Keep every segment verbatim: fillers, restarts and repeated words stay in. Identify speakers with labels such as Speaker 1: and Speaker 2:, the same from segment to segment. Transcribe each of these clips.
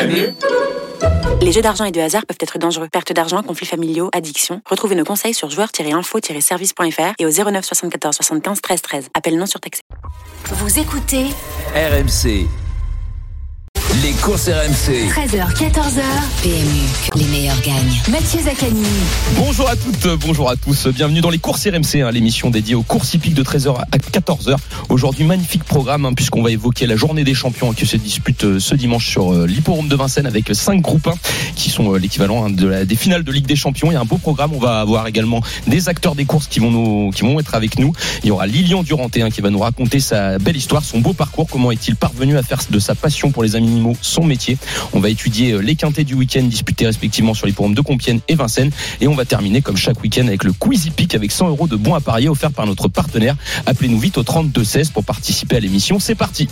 Speaker 1: M U.
Speaker 2: Les jeux d'argent et de hasard peuvent être dangereux. Perte d'argent, conflits familiaux, addiction. Retrouvez nos conseils sur joueurs tiret info tiret service point f r et au zéro neuf soixante-quatorze soixante-quinze treize treize. Appel non surtaxé.
Speaker 3: Vous écoutez
Speaker 1: R M C. Les courses R M C.
Speaker 3: treize heures quatorze heures. P M U, les meilleurs gagnent. Mathieu Zaccani.
Speaker 4: Bonjour à toutes, bonjour à tous. Bienvenue dans les courses R M C, hein, l'émission dédiée aux courses hippiques de treize heures à quatorze heures. Aujourd'hui, magnifique programme, hein, puisqu'on va évoquer la journée des champions, hein, qui se dispute euh, ce dimanche sur euh, l'hippodrome de Vincennes avec cinq groupes un qui sont euh, l'équivalent, hein, de la, des finales de Ligue des Champions. Il y a un beau programme. On va avoir également des acteurs des courses qui vont nous, qui vont être avec nous. Il y aura Lilian Duranté, hein, qui va nous raconter sa belle histoire, son beau parcours, comment est-il parvenu à faire de sa passion pour les animaux son métier. On va étudier les quintés du week-end disputés respectivement sur l'hippodrome de Compiègne et Vincennes. Et on va terminer comme chaque week-end avec le quiz hippique avec cent euros de bons à parier offerts par notre partenaire. Appelez-nous vite au trente-deux seize pour participer à l'émission. C'est parti.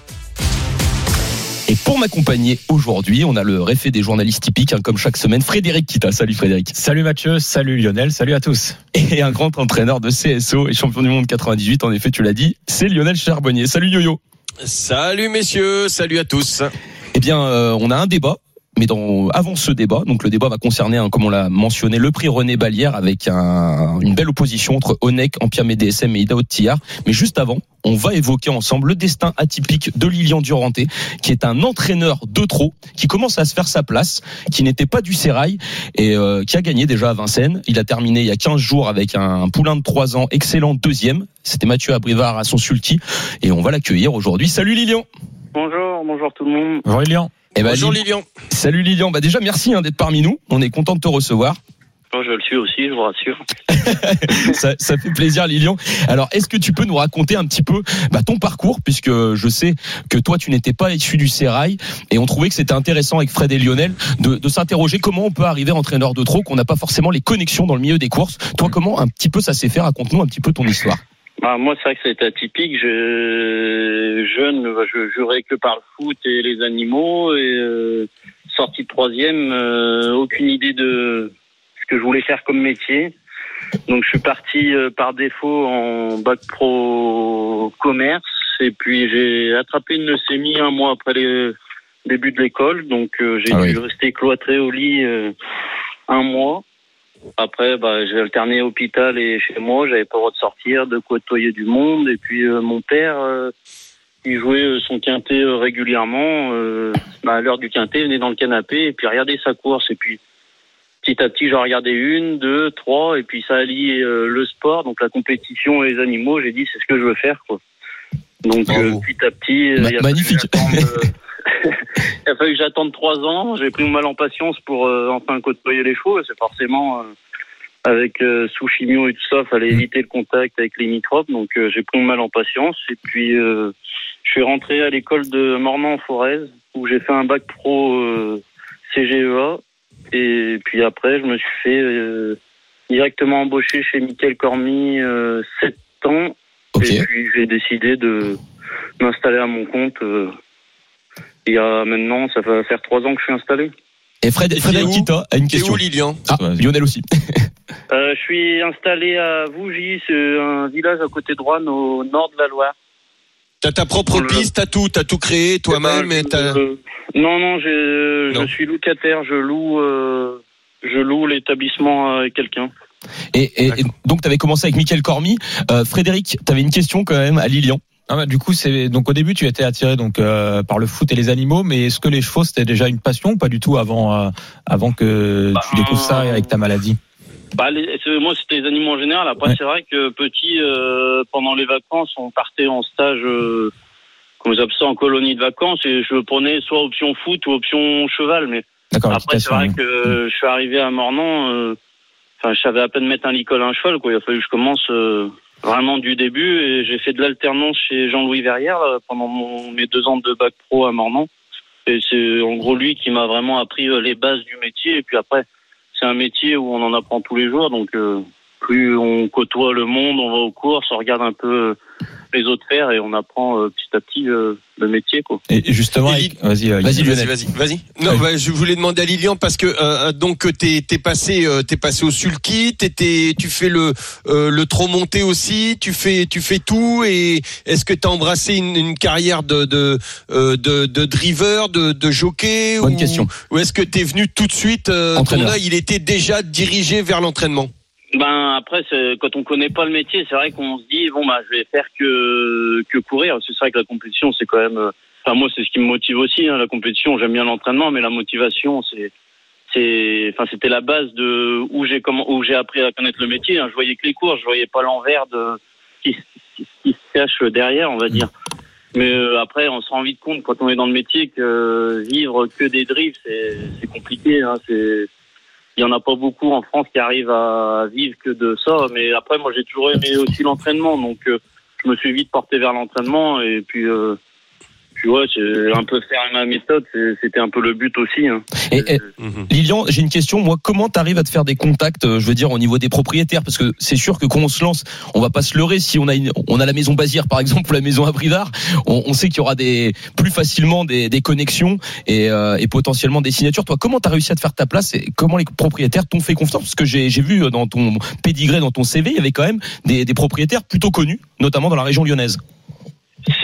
Speaker 4: Et pour m'accompagner aujourd'hui, on a le réfé des journalistes hippiques, hein, comme chaque semaine, Frédéric Kita. Salut Frédéric.
Speaker 5: Salut Mathieu, salut Lionel, salut à tous.
Speaker 4: Et un grand entraîneur de C S O et champion du monde quatre-vingt-dix-huit, en effet tu l'as dit, c'est Lionel Charbonnier. Salut Yo-Yo.
Speaker 6: Salut messieurs, salut à tous.
Speaker 4: Eh bien, euh, on a un débat. Mais dans, avant ce débat, donc le débat va concerner, hein, comme on l'a mentionné, le prix René Ballière avec un, une belle opposition entre Onek, Empire M D S M et Idaho Tillard. Mais juste avant, on va évoquer ensemble le destin atypique de Lilian Duranté, qui est un entraîneur de trot, qui commence à se faire sa place, qui n'était pas du sérail et euh, qui a gagné déjà à Vincennes. Il a terminé il y a quinze jours avec un, un poulain de trois ans, excellent deuxième. C'était Mathieu Abrivard à son sulky et on va l'accueillir aujourd'hui. Salut Lilian.
Speaker 7: Bonjour, bonjour tout le monde.
Speaker 5: Bonjour Lilian.
Speaker 4: Eh ben,
Speaker 6: Bonjour Lilian.
Speaker 4: Salut Lilian. Bah déjà merci, hein, d'être parmi nous. On est content de te recevoir.
Speaker 7: Oh, je le suis aussi, je vous rassure.
Speaker 4: ça, ça fait plaisir Lilian. Alors est-ce que tu peux nous raconter un petit peu bah, ton parcours, puisque je sais que toi tu n'étais pas issu du sérail et on trouvait que c'était intéressant avec Fred et Lionel de, de s'interroger comment on peut arriver entraîneur de trot, qu'on n'a pas forcément les connexions dans le milieu des courses. Toi comment un petit peu ça s'est fait? Raconte-nous un petit peu ton histoire.
Speaker 7: Bah, moi, c'est vrai que ça a été atypique. Je, jeune, je jurais que par le foot et les animaux. Et euh, sorti de troisième, euh, aucune idée de ce que je voulais faire comme métier. Donc, je suis parti euh, par défaut en bac pro commerce. Et puis, j'ai attrapé une leucémie un mois après le début de l'école. Donc, euh, j'ai ah dû oui. rester cloîtré au lit euh, un mois. Après, bah, j'ai alterné hôpital et chez moi. J'avais pas le droit de sortir, de côtoyer du monde. Et puis, euh, mon père, euh, il jouait son quintet euh, régulièrement. Euh, bah, à l'heure du quintet, il venait dans le canapé et puis regardait sa course. Et puis, petit à petit, j'en regardais une, deux, trois. Et puis, ça alliait euh, le sport, donc la compétition et les animaux. J'ai dit, c'est ce que je veux faire, quoi. Donc, euh, petit à petit, euh,
Speaker 4: Ma-
Speaker 7: il a
Speaker 4: magnifique.
Speaker 7: fallu que j'attende, euh, il a fallu que j'attende trois ans. J'ai pris mon mal en patience pour euh, enfin côtoyer les chevaux. C'est forcément euh, avec euh, sous chimio et tout ça, fallait éviter le contact avec les microbes. Donc euh, j'ai pris mon mal en patience et puis euh, je suis rentré à l'école de Mornan-en-Forez où j'ai fait un bac pro euh, C G E A et puis après je me suis fait euh, directement embaucher chez Michael Cormy euh, sept ans. Okay. Et puis j'ai décidé de m'installer à mon compte. Euh, il y a maintenant, ça va faire trois ans que je suis installé.
Speaker 4: Et Fred, Frédéric Kita a une question.
Speaker 6: Et où Lilian?
Speaker 4: Ah, Lionel aussi.
Speaker 7: euh, je suis installé à Vougy, c'est un village à côté de Roanne, au nord de la Loire.
Speaker 6: T'as ta propre piste, t'as tout, t'as tout créé toi-même
Speaker 7: ben,
Speaker 6: et t'as...
Speaker 7: Euh, non, non, j'ai,
Speaker 6: non,
Speaker 7: je suis locataire, je loue, euh, je loue l'établissement à quelqu'un.
Speaker 4: Et, et, et donc, tu avais commencé avec Michael Cormy. Euh, Frédéric, tu avais une question quand même à Lilian.
Speaker 5: Ah bah, du coup, c'est donc au début, tu étais attiré donc euh, par le foot et les animaux, mais est-ce que les chevaux c'était déjà une passion ou pas du tout avant euh, avant que bah, tu découvres ça avec ta maladie?
Speaker 7: Bah, les, moi, c'était les animaux en général. Après, ouais. C'est vrai que petit, euh, pendant les vacances, on partait en stage, euh, comme vous appelez ça, en colonie de vacances, et je prenais soit option foot ou option cheval. Mais
Speaker 5: D'accord,
Speaker 7: après, c'est vrai que euh, je suis arrivé à Mornan. Euh, Enfin, je savais à peine mettre un licol à un cheval, quoi. Il a fallu que je commence euh, vraiment du début et j'ai fait de l'alternance chez Jean-Louis Verrière là, pendant mon, mes deux ans de bac pro à Mornan. Et c'est en gros lui qui m'a vraiment appris euh, les bases du métier. Et puis après, c'est un métier où on en apprend tous les jours. Donc, euh, plus on côtoie le monde, on va aux courses, on regarde un peu les autres faire et on apprend euh, petit à petit euh, le métier, quoi.
Speaker 5: Et justement,
Speaker 6: Et
Speaker 5: avec... vas-y, euh,
Speaker 4: Vas-y,
Speaker 6: Vas-y,
Speaker 4: Lionel.
Speaker 6: vas-y, vas-y. Non, bah, je voulais demander à Lilian parce que euh, donc t'es t'es passé euh, t'es passé au sulky, t'étais tu fais le euh, le trop monté aussi, tu fais tu fais tout et est-ce que t'as embrassé une, une carrière de de, euh, de de driver, de de jockey
Speaker 4: Bonne
Speaker 6: ou,
Speaker 4: question.
Speaker 6: ou est-ce que t'es venu tout de suite euh, ton
Speaker 4: Entraîneur.
Speaker 6: œil il était déjà dirigé vers l'entraînement?
Speaker 7: Ben après, c'est, quand on connaît pas le métier, c'est vrai qu'on se dit bon bah je vais faire que que courir. C'est vrai que la compétition, c'est quand même. euh, Enfin moi, c'est ce qui me motive aussi. Hein, la compétition, j'aime bien l'entraînement, mais la motivation, c'est c'est. Enfin c'était la base de où j'ai comment où j'ai appris à connaître le métier. Hein. Je voyais que les courses, je voyais pas l'envers de qui, qui, qui se cache derrière, on va dire. Mais euh, après, on se rend vite compte quand on est dans le métier que vivre que des drifts, c'est c'est compliqué. Hein, c'est Il y en a pas beaucoup en France qui arrivent à vivre que de ça. Mais après, moi, j'ai toujours aimé aussi l'entraînement. Donc, euh, je me suis vite porté vers l'entraînement. Et puis, euh, puis ouais, j'ai un peu faire ma méthode. C'est, c'était un peu le but aussi. Hein.
Speaker 4: Et, et,
Speaker 6: Mhm.
Speaker 4: Lilian, j'ai une question. Moi, comment t'arrives à te faire des contacts, euh, je veux dire, au niveau des propriétaires? Parce que c'est sûr que quand on se lance, on va pas se leurrer. Si on a une, on a la maison Bazir, par exemple, ou la maison à Brivard, on, on sait qu'il y aura des, plus facilement des, des connexions et, euh, et potentiellement des signatures. Toi, comment t'as réussi à te faire ta place et comment les propriétaires t'ont fait confiance? Parce que j'ai, j'ai vu dans ton pédigré, dans ton C V, il y avait quand même des, des propriétaires plutôt connus, notamment dans la région lyonnaise.
Speaker 7: C'est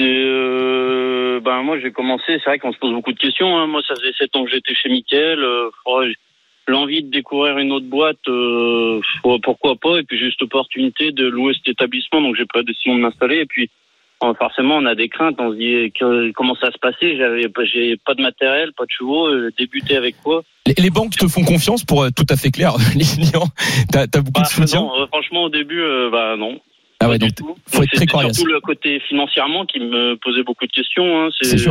Speaker 7: euh, ben moi j'ai commencé, c'est vrai qu'on se pose beaucoup de questions. Hein. Moi ça faisait sept ans que j'étais chez Mickaël. Euh, ouais, l'envie de découvrir une autre boîte, euh, pourquoi pas. Et puis juste opportunité de louer cet établissement, donc j'ai pris la décision de m'installer. Et puis euh, forcément on a des craintes. On se dit que, comment ça se passait. J'avais j'ai pas de matériel, pas de chevaux. Euh, débuter avec quoi?
Speaker 4: Les, les banques te font confiance pour être tout à fait clair, Lilian. T'as, t'as beaucoup
Speaker 7: Bah,
Speaker 4: de soutien.
Speaker 7: non, euh, franchement au début, euh, bah non.
Speaker 4: Ah ouais,
Speaker 7: Pas
Speaker 4: donc
Speaker 7: du tout.
Speaker 4: faut
Speaker 7: Donc,
Speaker 4: être très
Speaker 7: c'était
Speaker 4: coriace.
Speaker 7: surtout le côté financièrement qui me posait beaucoup de questions. Hein. C'est,
Speaker 4: C'est sûr.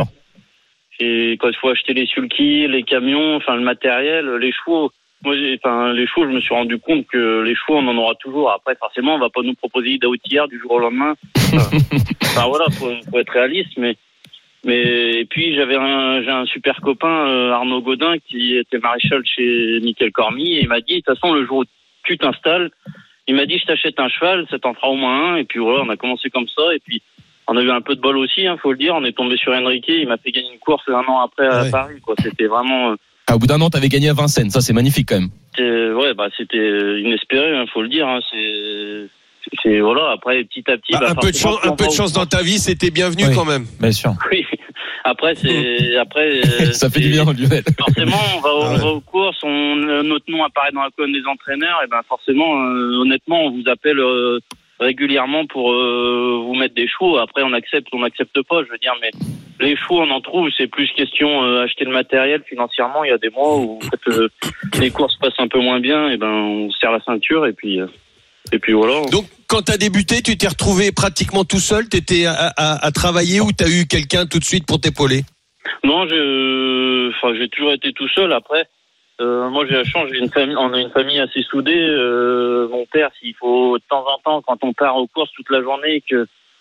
Speaker 7: Et quand il faut acheter les sulky, les camions, enfin le matériel, les chevaux. Moi, j'ai, enfin les chevaux, je me suis rendu compte que les chevaux, on en aura toujours. Après, forcément, on va pas nous proposer d'outillard du jour au lendemain. Enfin, enfin voilà, faut, faut être réaliste. Mais mais et puis j'avais un j'ai un super copain euh, Arnaud Godin qui était maréchal chez Mickaël Cormy et il m'a dit de toute façon le jour où tu t'installes. Il m'a dit, je t'achète un cheval, ça t'en fera au moins un. Et puis voilà, on a commencé comme ça. Et puis, on a eu un peu de bol aussi, hein, faut le dire. On est tombé sur Enrique. Il m'a fait gagner une course un an après à
Speaker 6: Ouais.
Speaker 7: Paris, quoi. C'était vraiment... Euh,
Speaker 4: Ah, au bout d'un an, t'avais gagné à Vincennes. Ça, c'est magnifique quand même.
Speaker 7: c'était, ouais, bah, c'était inespéré, hein, faut le dire. Hein, c'est, c'est, voilà, après, petit à petit...
Speaker 6: Bah,
Speaker 7: bah,
Speaker 6: un peu de
Speaker 7: forcément,
Speaker 6: chance, un
Speaker 7: on
Speaker 6: peu de
Speaker 7: va
Speaker 6: chance
Speaker 7: au-
Speaker 6: dans ta vie, c'était bienvenu
Speaker 5: Oui.
Speaker 6: quand même.
Speaker 5: bien sûr.
Speaker 7: Oui. Après, c'est... Après, euh,
Speaker 4: Ça fait
Speaker 7: c'est-
Speaker 4: du bien, Lionel.
Speaker 7: Forcément, on va,
Speaker 6: Ah
Speaker 7: on
Speaker 6: ouais.
Speaker 7: va aux courses, on, euh, notre nom apparaît dans la colonne des entraîneurs, et ben forcément, euh, honnêtement, on vous appelle euh, régulièrement pour euh, vous mettre des chevaux. Après, on accepte, on n'accepte pas, je veux dire, mais les chevaux, on en trouve. C'est plus question euh, acheter le matériel financièrement. Il y a des mois où quand, euh, les courses passent un peu moins bien, et ben on se serre la ceinture et puis euh, et puis voilà.
Speaker 6: Donc, quand t'as débuté, tu t'es retrouvé pratiquement tout seul. T'étais à, à, à travailler ou t'as eu quelqu'un tout de suite pour t'épauler?
Speaker 7: Non, je, enfin, j'ai toujours été tout seul. Après, euh, moi, j'ai la chance, j'ai une famille, on a une famille assez soudée. Euh, mon père, s'il faut de temps en temps, quand on part aux courses toute la journée, que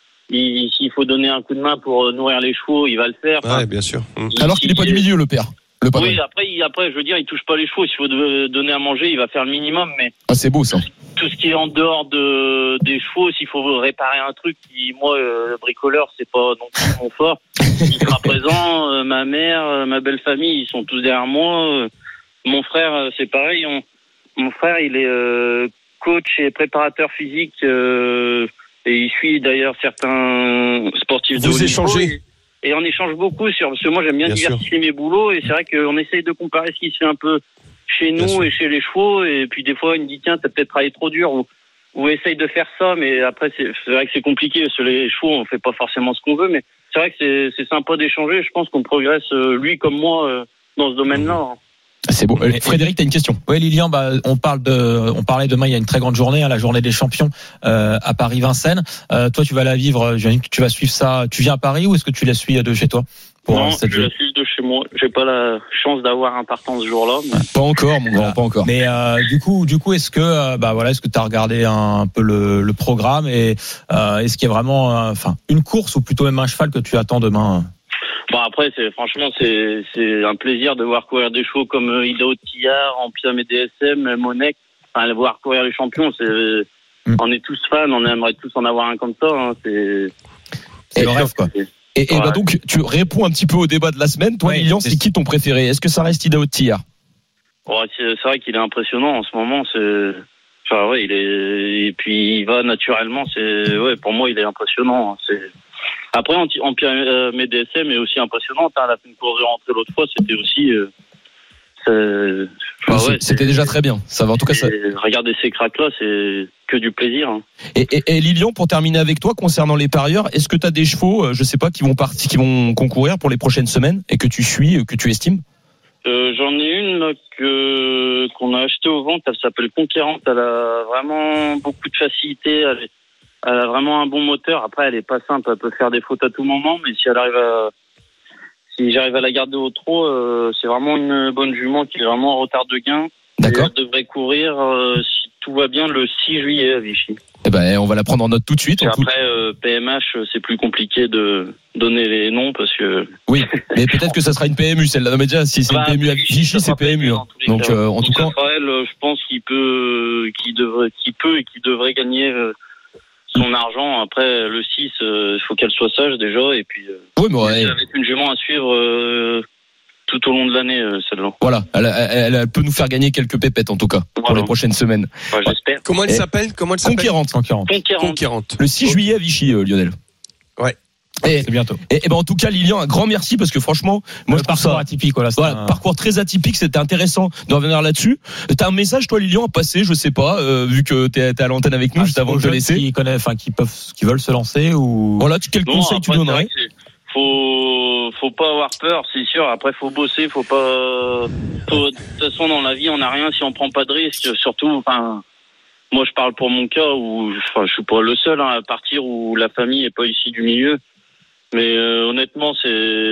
Speaker 7: il, s'il faut donner un coup de main pour nourrir les chevaux, il va le faire. Enfin,
Speaker 6: Ouais, bien sûr. Mmh.
Speaker 7: il-
Speaker 4: Alors qu'il n'est pas
Speaker 7: il-
Speaker 4: du milieu, le père. Le padre.
Speaker 7: Oui, après, il, après, je veux dire, il touche pas les chevaux. S'il faut de- donner à manger, il va faire le minimum. Mais
Speaker 4: Ah, c'est beau, ça.
Speaker 7: tout ce qui est en dehors de des chevaux, s'il faut réparer un truc, qui, moi, euh, le bricoleur, c'est pas non plus mon fort. Il sera présent. Euh, ma mère, euh, ma belle famille, ils sont tous derrière moi. Euh, mon frère, euh, c'est pareil. On, mon frère, il est euh, coach et préparateur physique euh, et il suit d'ailleurs certains sportifs de
Speaker 6: Vous
Speaker 7: haut niveau.
Speaker 6: échangez.
Speaker 7: Et on échange beaucoup sur parce que moi j'aime bien,
Speaker 6: Bien
Speaker 7: diversifier mes boulots et c'est vrai qu'on essaye de comparer ce qui se fait un peu chez
Speaker 6: Bien
Speaker 7: nous
Speaker 6: sûr.
Speaker 7: et chez les chevaux et puis des fois il me dit tiens t'as peut-être travaillé trop dur ou, ou essaye de faire ça mais après c'est, c'est vrai que c'est compliqué parce que les chevaux on fait pas forcément ce qu'on veut mais c'est vrai que c'est, c'est sympa d'échanger. Je pense qu'on progresse euh, lui comme moi euh, dans ce domaine-là.
Speaker 4: Ah, c'est beau. Euh,
Speaker 5: Et-
Speaker 4: Frédéric, t'as une question?
Speaker 5: Oui, Lilian, bah, on parle de, on parlait demain, il y a une très grande journée, hein, la journée des champions euh, à Paris-Vincennes. Euh, toi, tu vas la vivre. J'imagine que tu vas suivre ça. Tu viens à Paris ou est-ce que tu la suis de chez toi pour
Speaker 7: Non,
Speaker 5: cette
Speaker 7: je la
Speaker 5: journée
Speaker 7: suis de chez moi. J'ai pas la chance d'avoir un partant ce jour-là. Mais...
Speaker 4: Pas encore, mon grand,
Speaker 5: Voilà.
Speaker 4: pas encore.
Speaker 5: Mais euh, du coup, du coup, est-ce que, euh, bah voilà, est-ce que tu as regardé un, un peu le, le programme et euh, est-ce qu'il y a vraiment, euh, enfin, une course ou plutôt même un cheval que tu attends demain?
Speaker 7: Bon après c'est franchement c'est c'est un plaisir de voir courir des chevaux comme euh, Ida Otillard, Ampiam et D S M, Monek, enfin voir courir les champions, c'est
Speaker 5: Mm.
Speaker 7: on est tous fans, on aimerait tous en avoir un comme ça, hein, c'est
Speaker 5: C'est
Speaker 4: Et
Speaker 5: le rêve, quoi.
Speaker 4: Et, et
Speaker 7: Ouais.
Speaker 4: bah donc, tu réponds un petit peu au débat de la semaine. Toi,
Speaker 5: Ouais,
Speaker 4: Lilian,
Speaker 5: c'est-
Speaker 4: c'est qui ton préféré? Est-ce que ça reste Idaho Tillard?
Speaker 7: Ouais, c'est, c'est vrai qu'il est impressionnant en ce moment. C'est, enfin ouais, il est et puis il va naturellement. C'est ouais, pour moi il est impressionnant. C'est après en, en euh, mes D S M est aussi impressionnante. Hein, la une course de rentrée l'autre fois, c'était aussi. Euh, c'est, enfin,
Speaker 4: C'est-
Speaker 7: ouais,
Speaker 4: C'était
Speaker 7: c'est-
Speaker 4: déjà très bien. Ça va. En tout cas, ça.
Speaker 7: et regarder ces cracks là, c'est que du plaisir. Hein.
Speaker 4: Et, et, et Lilian, pour terminer avec toi, concernant les parieurs, est-ce que tu as des chevaux, euh, je sais pas, qui vont partir, qui vont concourir pour les prochaines semaines et que tu suis, euh, que tu estimes?
Speaker 7: Euh, j'en ai une là, que qu'on a achetée au vente. Elle s'appelle Conquérante. Elle a vraiment beaucoup de facilité. Elle, est- elle a vraiment un bon moteur. Après, elle est pas simple. Elle peut faire des fautes à tout moment, mais si elle arrive à si j'arrive à la garder au trot, euh, c'est vraiment une bonne jument qui est vraiment en retard de gain.
Speaker 4: D'accord.
Speaker 7: Et elle devrait courir euh, si tout va bien le six juillet à Vichy.
Speaker 4: Eh ben, on va la prendre en note tout de suite.
Speaker 7: Et
Speaker 4: En tout-
Speaker 7: après euh, P M H, c'est plus compliqué de donner les noms parce que
Speaker 4: Oui, mais peut-être que ça sera une P M U, celle-là. Non, mais déjà, si c'est
Speaker 7: Bah,
Speaker 4: une P M U à
Speaker 7: Vichy,
Speaker 4: Vichy,
Speaker 7: ça
Speaker 4: c'est
Speaker 7: sera
Speaker 4: P M U.
Speaker 7: dans
Speaker 4: hein.
Speaker 7: tous les
Speaker 4: Donc,
Speaker 7: cas.
Speaker 4: euh, en tout
Speaker 7: Donc,
Speaker 4: cas,
Speaker 7: Raphaël, euh, je pense qu'il peut, qu'il devrait, qu'il peut et qu'il devrait gagner euh, son argent. Après, le six, il faut qu'elle soit sage déjà. Et puis, euh,
Speaker 4: oui, mais ouais,
Speaker 7: ça va être une jument à suivre euh, tout au long de l'année, euh, celle-là.
Speaker 4: voilà, elle, elle- elle peut nous faire gagner quelques pépettes en tout cas pour
Speaker 7: Voilà.
Speaker 4: les prochaines semaines.
Speaker 7: Enfin, j'espère.
Speaker 6: Comment elle
Speaker 4: Et-
Speaker 6: s'appelle? Comment elle s'appelle?
Speaker 4: Conquérante,
Speaker 5: Conquérante.
Speaker 7: Conquérante.
Speaker 6: Conquérante.
Speaker 4: le six juillet à Vichy, euh, Lionel.
Speaker 6: Ouais.
Speaker 4: Et,
Speaker 5: C'est bientôt.
Speaker 4: et, et ben en tout cas, Lilian, un grand merci parce que franchement, moi
Speaker 5: Le
Speaker 4: je trouve
Speaker 5: parcours
Speaker 4: ça.
Speaker 5: atypique, voilà. c'est
Speaker 4: Voilà,
Speaker 5: un-
Speaker 4: parcours très atypique, c'était intéressant de revenir là-dessus. T'as un message, toi, Lilian, à passer, je sais pas, euh, vu que t'es, t'es à l'antenne avec nous,
Speaker 5: Ah,
Speaker 4: juste avant
Speaker 5: aux
Speaker 4: de te
Speaker 5: jeunes
Speaker 4: laisser.
Speaker 5: Qui connaissent, enfin, qui peuvent, qui veulent se lancer ou.
Speaker 4: Voilà, tu, quel
Speaker 7: Non,
Speaker 4: conseil tu
Speaker 7: après,
Speaker 4: donnerais?
Speaker 7: c'est vrai que c'est- Faut, faut pas avoir peur, c'est sûr. Après, faut bosser, faut pas. faut- De toute façon, dans la vie, on n'a rien si on prend pas de risque. Surtout, enfin, moi, je parle pour mon cas où, enfin, je suis pas le seul hein, à partir où la famille est pas issue du milieu. Mais euh, honnêtement, c'est,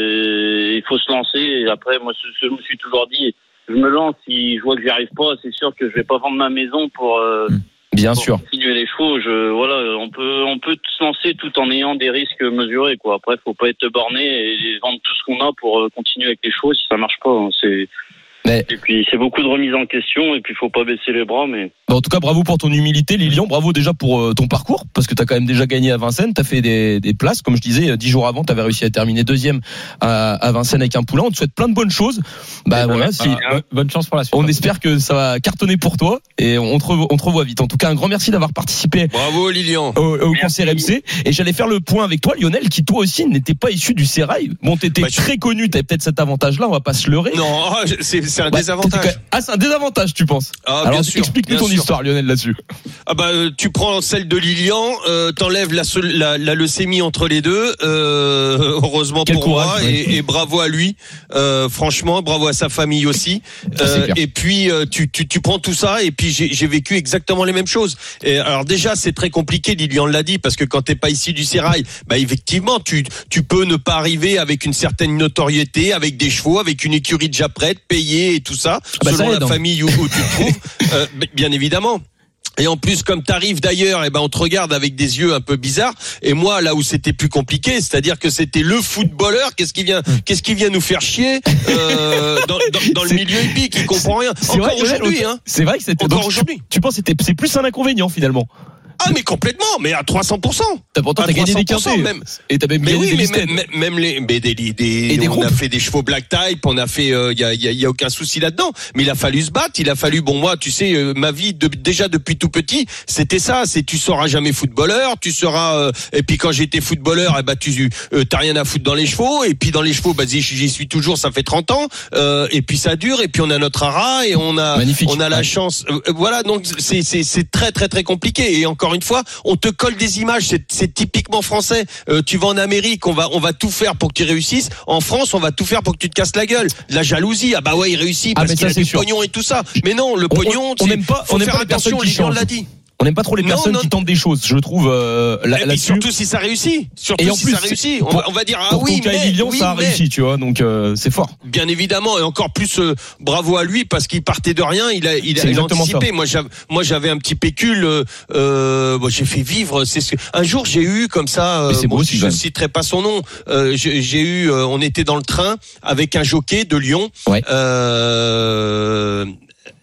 Speaker 7: il faut se lancer. Et après, moi, ce que je me suis toujours dit, je me lance. Si je vois que j'y arrive pas, c'est sûr que je vais pas vendre ma maison pour. Euh,
Speaker 4: Bien
Speaker 7: pour
Speaker 4: sûr.
Speaker 7: continuer les chevaux, je, voilà, on peut, on peut se lancer tout en ayant des risques mesurés, quoi. Après, faut pas être borné et vendre tout ce qu'on a pour euh, continuer avec les chevaux si ça marche pas. Hein. C'est,
Speaker 4: Mais-
Speaker 7: et puis, c'est beaucoup de remises en question et puis faut pas baisser les bras, mais.
Speaker 4: Bah, en tout cas, bravo pour ton humilité, Lilian. Bravo déjà pour euh, ton parcours, parce que tu as quand même déjà gagné à Vincennes. Tu as fait des, des places, comme je disais, euh, dix jours avant, tu avais réussi à terminer deuxième à, à Vincennes avec un poulain. On te souhaite plein de bonnes choses. Bah
Speaker 7: Eh ben,
Speaker 4: voilà,
Speaker 7: merci.
Speaker 4: si,
Speaker 5: Voilà, bonne chance pour la suite.
Speaker 4: on espère que ça va cartonner pour toi et on te, revoit, on te revoit vite. En tout cas, un grand merci d'avoir participé
Speaker 6: Bravo, Lilian.
Speaker 4: au, au
Speaker 7: Merci.
Speaker 4: concert M C. Et j'allais faire le point avec toi, Lionel, qui toi aussi n'était pas issu du sérail. Bon, t'étais
Speaker 6: Bah, je-
Speaker 4: très connu, t'avais peut-être cet avantage-là, on va pas se leurrer.
Speaker 6: Non, c'est, c'est un
Speaker 4: Ouais,
Speaker 6: désavantage.
Speaker 4: t'étais quand même- Ah, c'est un désavantage, tu penses?
Speaker 6: Ah,
Speaker 4: Alors,
Speaker 6: bien sûr,
Speaker 4: explique-nous
Speaker 6: bien
Speaker 4: ton
Speaker 6: sûr.
Speaker 4: histoire, Lionel, là-dessus.
Speaker 6: Ah bah euh, tu prends celle de Lilian, euh, t'enlèves la, seul- la, la leucémie entre les deux. Euh, heureusement
Speaker 4: Quel
Speaker 6: pour
Speaker 4: courage,
Speaker 6: moi
Speaker 4: oui.
Speaker 6: et, et bravo à lui. Euh, franchement, bravo à sa famille aussi.
Speaker 4: Ça, c'est
Speaker 6: Euh,
Speaker 4: clair.
Speaker 6: et puis euh, tu, tu tu prends tout ça et puis j'ai j'ai vécu exactement les mêmes choses. Et alors déjà c'est très compliqué, Lilian l'a dit, parce que quand t'es pas issu du sérail, bah effectivement tu tu peux ne pas arriver avec une certaine notoriété, avec des chevaux, avec une écurie déjà prête, payée et tout ça,
Speaker 4: bah, ça
Speaker 6: selon
Speaker 4: aide,
Speaker 6: la
Speaker 4: hein.
Speaker 6: famille où, où tu te trouves. Euh, bien évidemment. Et en plus, comme t'arrives d'ailleurs, eh ben on te regarde avec des yeux un peu bizarres. Et moi, là où c'était plus compliqué, c'est-à-dire que c'était le footballeur. Qu'est-ce qui vient, qu'est-ce qui vient nous faire chier euh, dans, dans, dans le
Speaker 4: C'est-
Speaker 6: milieu hippique, il comprend rien.
Speaker 4: C'est
Speaker 6: Encore
Speaker 4: vrai, Lionel,
Speaker 6: aujourd'hui, hein.
Speaker 4: C'est vrai que c'était.
Speaker 6: Encore
Speaker 4: donc,
Speaker 6: aujourd'hui.
Speaker 4: Tu penses que c'était c'est plus un inconvénient finalement.
Speaker 6: Ah mais complètement, mais à trois cents pour cent.
Speaker 4: T'as pourtant
Speaker 6: À
Speaker 4: t'as gagné des
Speaker 6: trois cents
Speaker 4: quintés
Speaker 6: même.
Speaker 4: et t'as même
Speaker 6: Mais
Speaker 4: gagné
Speaker 6: oui,
Speaker 4: des
Speaker 6: mais
Speaker 4: listed.
Speaker 6: même, même, même les, mais des, des, des-
Speaker 4: Et des
Speaker 6: on
Speaker 4: groupes.
Speaker 6: a fait des chevaux black type, on a fait, il euh, y a, y a, y a aucun souci là-dedans. Mais il a fallu se battre, il a fallu, bon moi, tu sais, euh, ma vie de, déjà depuis tout petit, c'était ça, c'est tu seras jamais footballeur, tu seras, euh, et puis quand j'étais footballeur, eh ben tu, euh, t'as rien à foutre dans les chevaux, et puis dans les chevaux, bah j'y j'y suis toujours, ça fait trente ans, euh, et puis ça dure, et puis on a notre hara, et on a,
Speaker 4: Magnifique.
Speaker 6: on a la
Speaker 4: Ouais.
Speaker 6: chance, euh, voilà, donc c'est, c'est, c'est très très très compliqué. Et encore une fois, on te colle des images. C'est, c'est typiquement français. Euh, tu vas en Amérique, on va, on va tout faire pour que tu réussisses. En France, on va tout faire pour que tu te casses la gueule. La jalousie, ah bah ouais, il réussit
Speaker 4: Ah,
Speaker 6: parce
Speaker 4: mais
Speaker 6: qu'il
Speaker 4: ça,
Speaker 6: a
Speaker 4: c'est
Speaker 6: du
Speaker 4: sûr.
Speaker 6: pognon et tout ça. Mais non, le
Speaker 4: On-
Speaker 6: pognon,
Speaker 4: on- on
Speaker 6: c'est-
Speaker 4: n'aime pas-
Speaker 6: faut
Speaker 4: on n'aime
Speaker 6: faire
Speaker 4: pas les personnes
Speaker 6: attention.
Speaker 4: qui
Speaker 6: Lilian
Speaker 4: changent.
Speaker 6: l'a dit.
Speaker 4: On n'aime pas trop les
Speaker 6: Non,
Speaker 4: personnes
Speaker 6: non.
Speaker 4: qui tentent des choses, je trouve euh, là,
Speaker 6: Et
Speaker 4: là-dessus.
Speaker 6: surtout si ça réussit. Surtout
Speaker 4: Et en
Speaker 6: si
Speaker 4: plus,
Speaker 6: ça réussit. On,
Speaker 4: pour-
Speaker 6: va, on va dire ah
Speaker 4: Pour
Speaker 6: oui,
Speaker 4: ton cas,
Speaker 6: mais,
Speaker 4: Lilian,
Speaker 6: oui,
Speaker 4: ça a
Speaker 6: mais.
Speaker 4: réussi, tu vois, donc euh, c'est fort.
Speaker 6: Bien évidemment, et encore plus euh, bravo à lui parce qu'il partait de rien, il a, il a,
Speaker 4: C'est
Speaker 6: il a
Speaker 4: exactement
Speaker 6: anticipé. Moi, j'avais, moi, j'avais un petit pécule. Euh, euh, bon, j'ai fait vivre. C'est ce que, un jour, j'ai eu comme ça. Euh,
Speaker 4: Mais c'est
Speaker 6: bon,
Speaker 4: beau aussi,
Speaker 6: je
Speaker 4: quand
Speaker 6: ne
Speaker 4: même.
Speaker 6: citerai pas son nom. Euh, j'ai, j'ai eu. Euh, on était dans le train avec un jockey de Lyon.
Speaker 4: Ouais.
Speaker 6: Euh,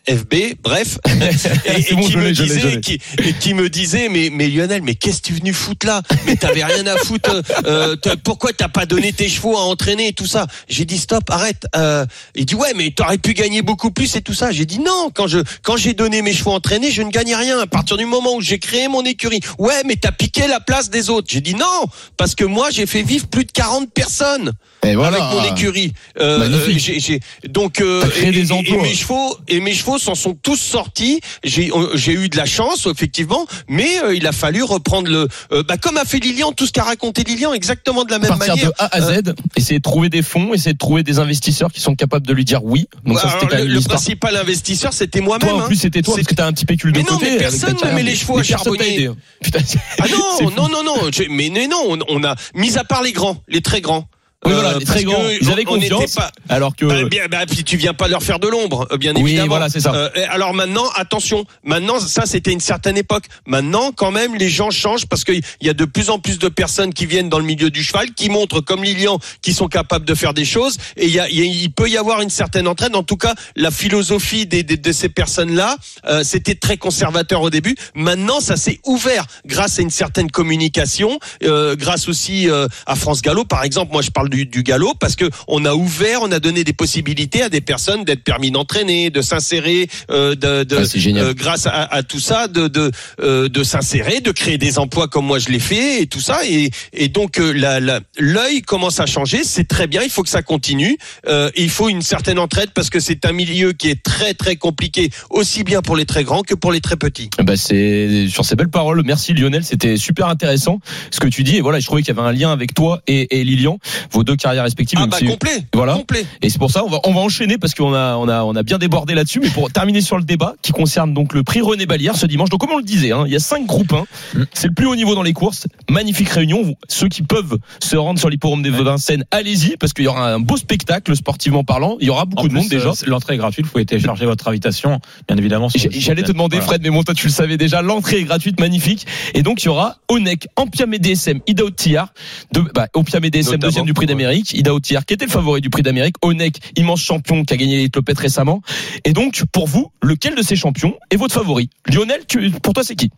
Speaker 6: F B, bref, et, et
Speaker 4: bon,
Speaker 6: qui
Speaker 4: je
Speaker 6: me
Speaker 4: l'ai, je l'ai, je
Speaker 6: disait,
Speaker 4: l'ai.
Speaker 6: qui, et qui me disait, mais, mais Lionel, mais qu'est-ce que tu es venu foutre là? Mais t'avais rien à foutre. Euh, t'as, pourquoi t'as pas donné tes chevaux à entraîner et tout ça? J'ai dit stop, arrête. Euh, il dit ouais, mais t'aurais pu gagner beaucoup plus et tout ça. J'ai dit non. Quand je, quand j'ai donné mes chevaux à entraîner, je ne gagnais rien. À partir du moment où j'ai créé mon écurie, ouais, mais t'as piqué la place des autres. J'ai dit non, parce que moi j'ai fait vivre plus de quarante personnes.
Speaker 4: Et voilà.
Speaker 6: Avec mon écurie. Euh,
Speaker 4: Magnifique.
Speaker 6: euh, j'ai, j'ai, donc euh,
Speaker 4: créé
Speaker 6: et,
Speaker 4: des
Speaker 6: et-
Speaker 4: emplois.
Speaker 6: et mes chevaux et mes chevaux s'en sont tous sortis. J'ai, euh, j'ai eu de la chance effectivement, mais euh, il a fallu reprendre le, euh, bah, comme a fait Lilian, tout ce qu'a raconté Lilian, exactement de la
Speaker 4: À
Speaker 6: même
Speaker 4: partir
Speaker 6: manière.
Speaker 4: de A à Z,
Speaker 6: Euh,
Speaker 4: essayer de trouver des fonds, essayer de trouver des investisseurs qui sont capables de lui dire oui. Donc ça,
Speaker 6: alors,
Speaker 4: c'était quand
Speaker 6: le,
Speaker 4: même
Speaker 6: le
Speaker 4: l'histoire.
Speaker 6: principal investisseur, c'était moi-même.
Speaker 4: Toi, en
Speaker 6: hein.
Speaker 4: plus, c'était toi,
Speaker 6: C'est-
Speaker 4: parce que t'as un petit pécule de
Speaker 6: Mais non,
Speaker 4: côté.
Speaker 6: mais
Speaker 4: avec
Speaker 6: personne
Speaker 4: ta
Speaker 6: ne met
Speaker 4: carrière.
Speaker 6: les chevaux
Speaker 4: Mais
Speaker 6: à
Speaker 4: personne t'a
Speaker 6: charbonnier.
Speaker 4: aidé. Putain, c'est-
Speaker 6: Ah
Speaker 4: c'est
Speaker 6: non,
Speaker 4: fou.
Speaker 6: non, non, non. j'ai- Mais, mais non, on, on a mis à part les grands, les très grands.
Speaker 4: Oui, voilà,
Speaker 6: Euh,
Speaker 4: les
Speaker 6: parce
Speaker 4: très grands,
Speaker 6: que
Speaker 4: ils avaient
Speaker 6: on- on n'était
Speaker 4: confiance.
Speaker 6: pas-
Speaker 4: Alors que.
Speaker 6: Bah, bien, bah, puis tu viens pas leur faire de l'ombre, euh, bien
Speaker 4: Oui,
Speaker 6: évidemment.
Speaker 4: voilà, c'est ça.
Speaker 6: Euh, et alors maintenant, attention. Maintenant, ça, c'était une certaine époque. Maintenant, quand même, les gens changent parce qu'il y a de plus en plus de personnes qui viennent dans le milieu du cheval, qui montrent, comme Lilian, qui sont capables de faire des choses. Et il y a, il y a- il peut y avoir une certaine entraîne. En tout cas, la philosophie des, des- de ces personnes-là, euh, c'était très conservateur au début. Maintenant, ça s'est ouvert grâce à une certaine communication, euh, grâce aussi euh, à France Gallo, par exemple. Moi, je parle du, du galop parce que on a ouvert, on a donné des possibilités à des personnes d'être permis d'entraîner, de s'insérer, euh, de, de
Speaker 4: Ah, c'est génial.
Speaker 6: euh, grâce à, à tout ça, de de euh, de s'insérer, de créer des emplois comme moi je l'ai fait et tout ça. Et et donc euh, la, la l'œil commence à changer, c'est très bien. Il faut que ça continue. Euh, il faut une certaine entraide parce que c'est un milieu qui est très très compliqué, aussi bien pour les très grands que pour les très petits.
Speaker 4: Bah c'est sur ces belles paroles. Merci Lionel, c'était super intéressant ce que tu dis. Et voilà, je trouvais qu'il y avait un lien avec toi et, et Lilian, vos deux carrières respectives.
Speaker 6: Ah
Speaker 4: même
Speaker 6: bah
Speaker 4: si-
Speaker 6: complet.
Speaker 4: Voilà.
Speaker 6: Complet.
Speaker 4: Et c'est pour ça on va on va enchaîner parce qu'on a on a on a bien débordé là-dessus. Mais pour terminer sur le débat qui concerne donc le prix René Ballière ce dimanche. Donc comme on le disait, hein, il y a cinq groupes. Hein,
Speaker 5: Mm.
Speaker 4: c'est le plus haut niveau dans les courses. Magnifique réunion. Vous- Ceux qui peuvent se rendre sur l'hippodrome des Vincennes, allez-y parce qu'il y aura un beau spectacle sportivement parlant. Il y aura beaucoup
Speaker 5: En
Speaker 4: de monde
Speaker 5: plus,
Speaker 4: déjà.
Speaker 5: euh, L'entrée est gratuite, vous pouvez télécharger votre invitation, bien évidemment. sur
Speaker 4: J'ai-
Speaker 5: le site.
Speaker 4: J'allais te demander,
Speaker 5: Voilà.
Speaker 4: Fred, mais bon, toi, tu le savais déjà. L'entrée est gratuite, magnifique. Et donc, il y aura Onek, Ampiam et D S M, Ida Otiar, de, bah, Ampiam et D S M,
Speaker 6: Notamment,
Speaker 4: deuxième du prix
Speaker 6: ouais.
Speaker 4: d'Amérique, Ida Otiar, qui était le favori du prix d'Amérique, Onek, immense champion, qui a gagné les Clopettes récemment. Et donc, pour vous, lequel de ces champions est votre favori? Lionel, tu, pour toi, c'est qui?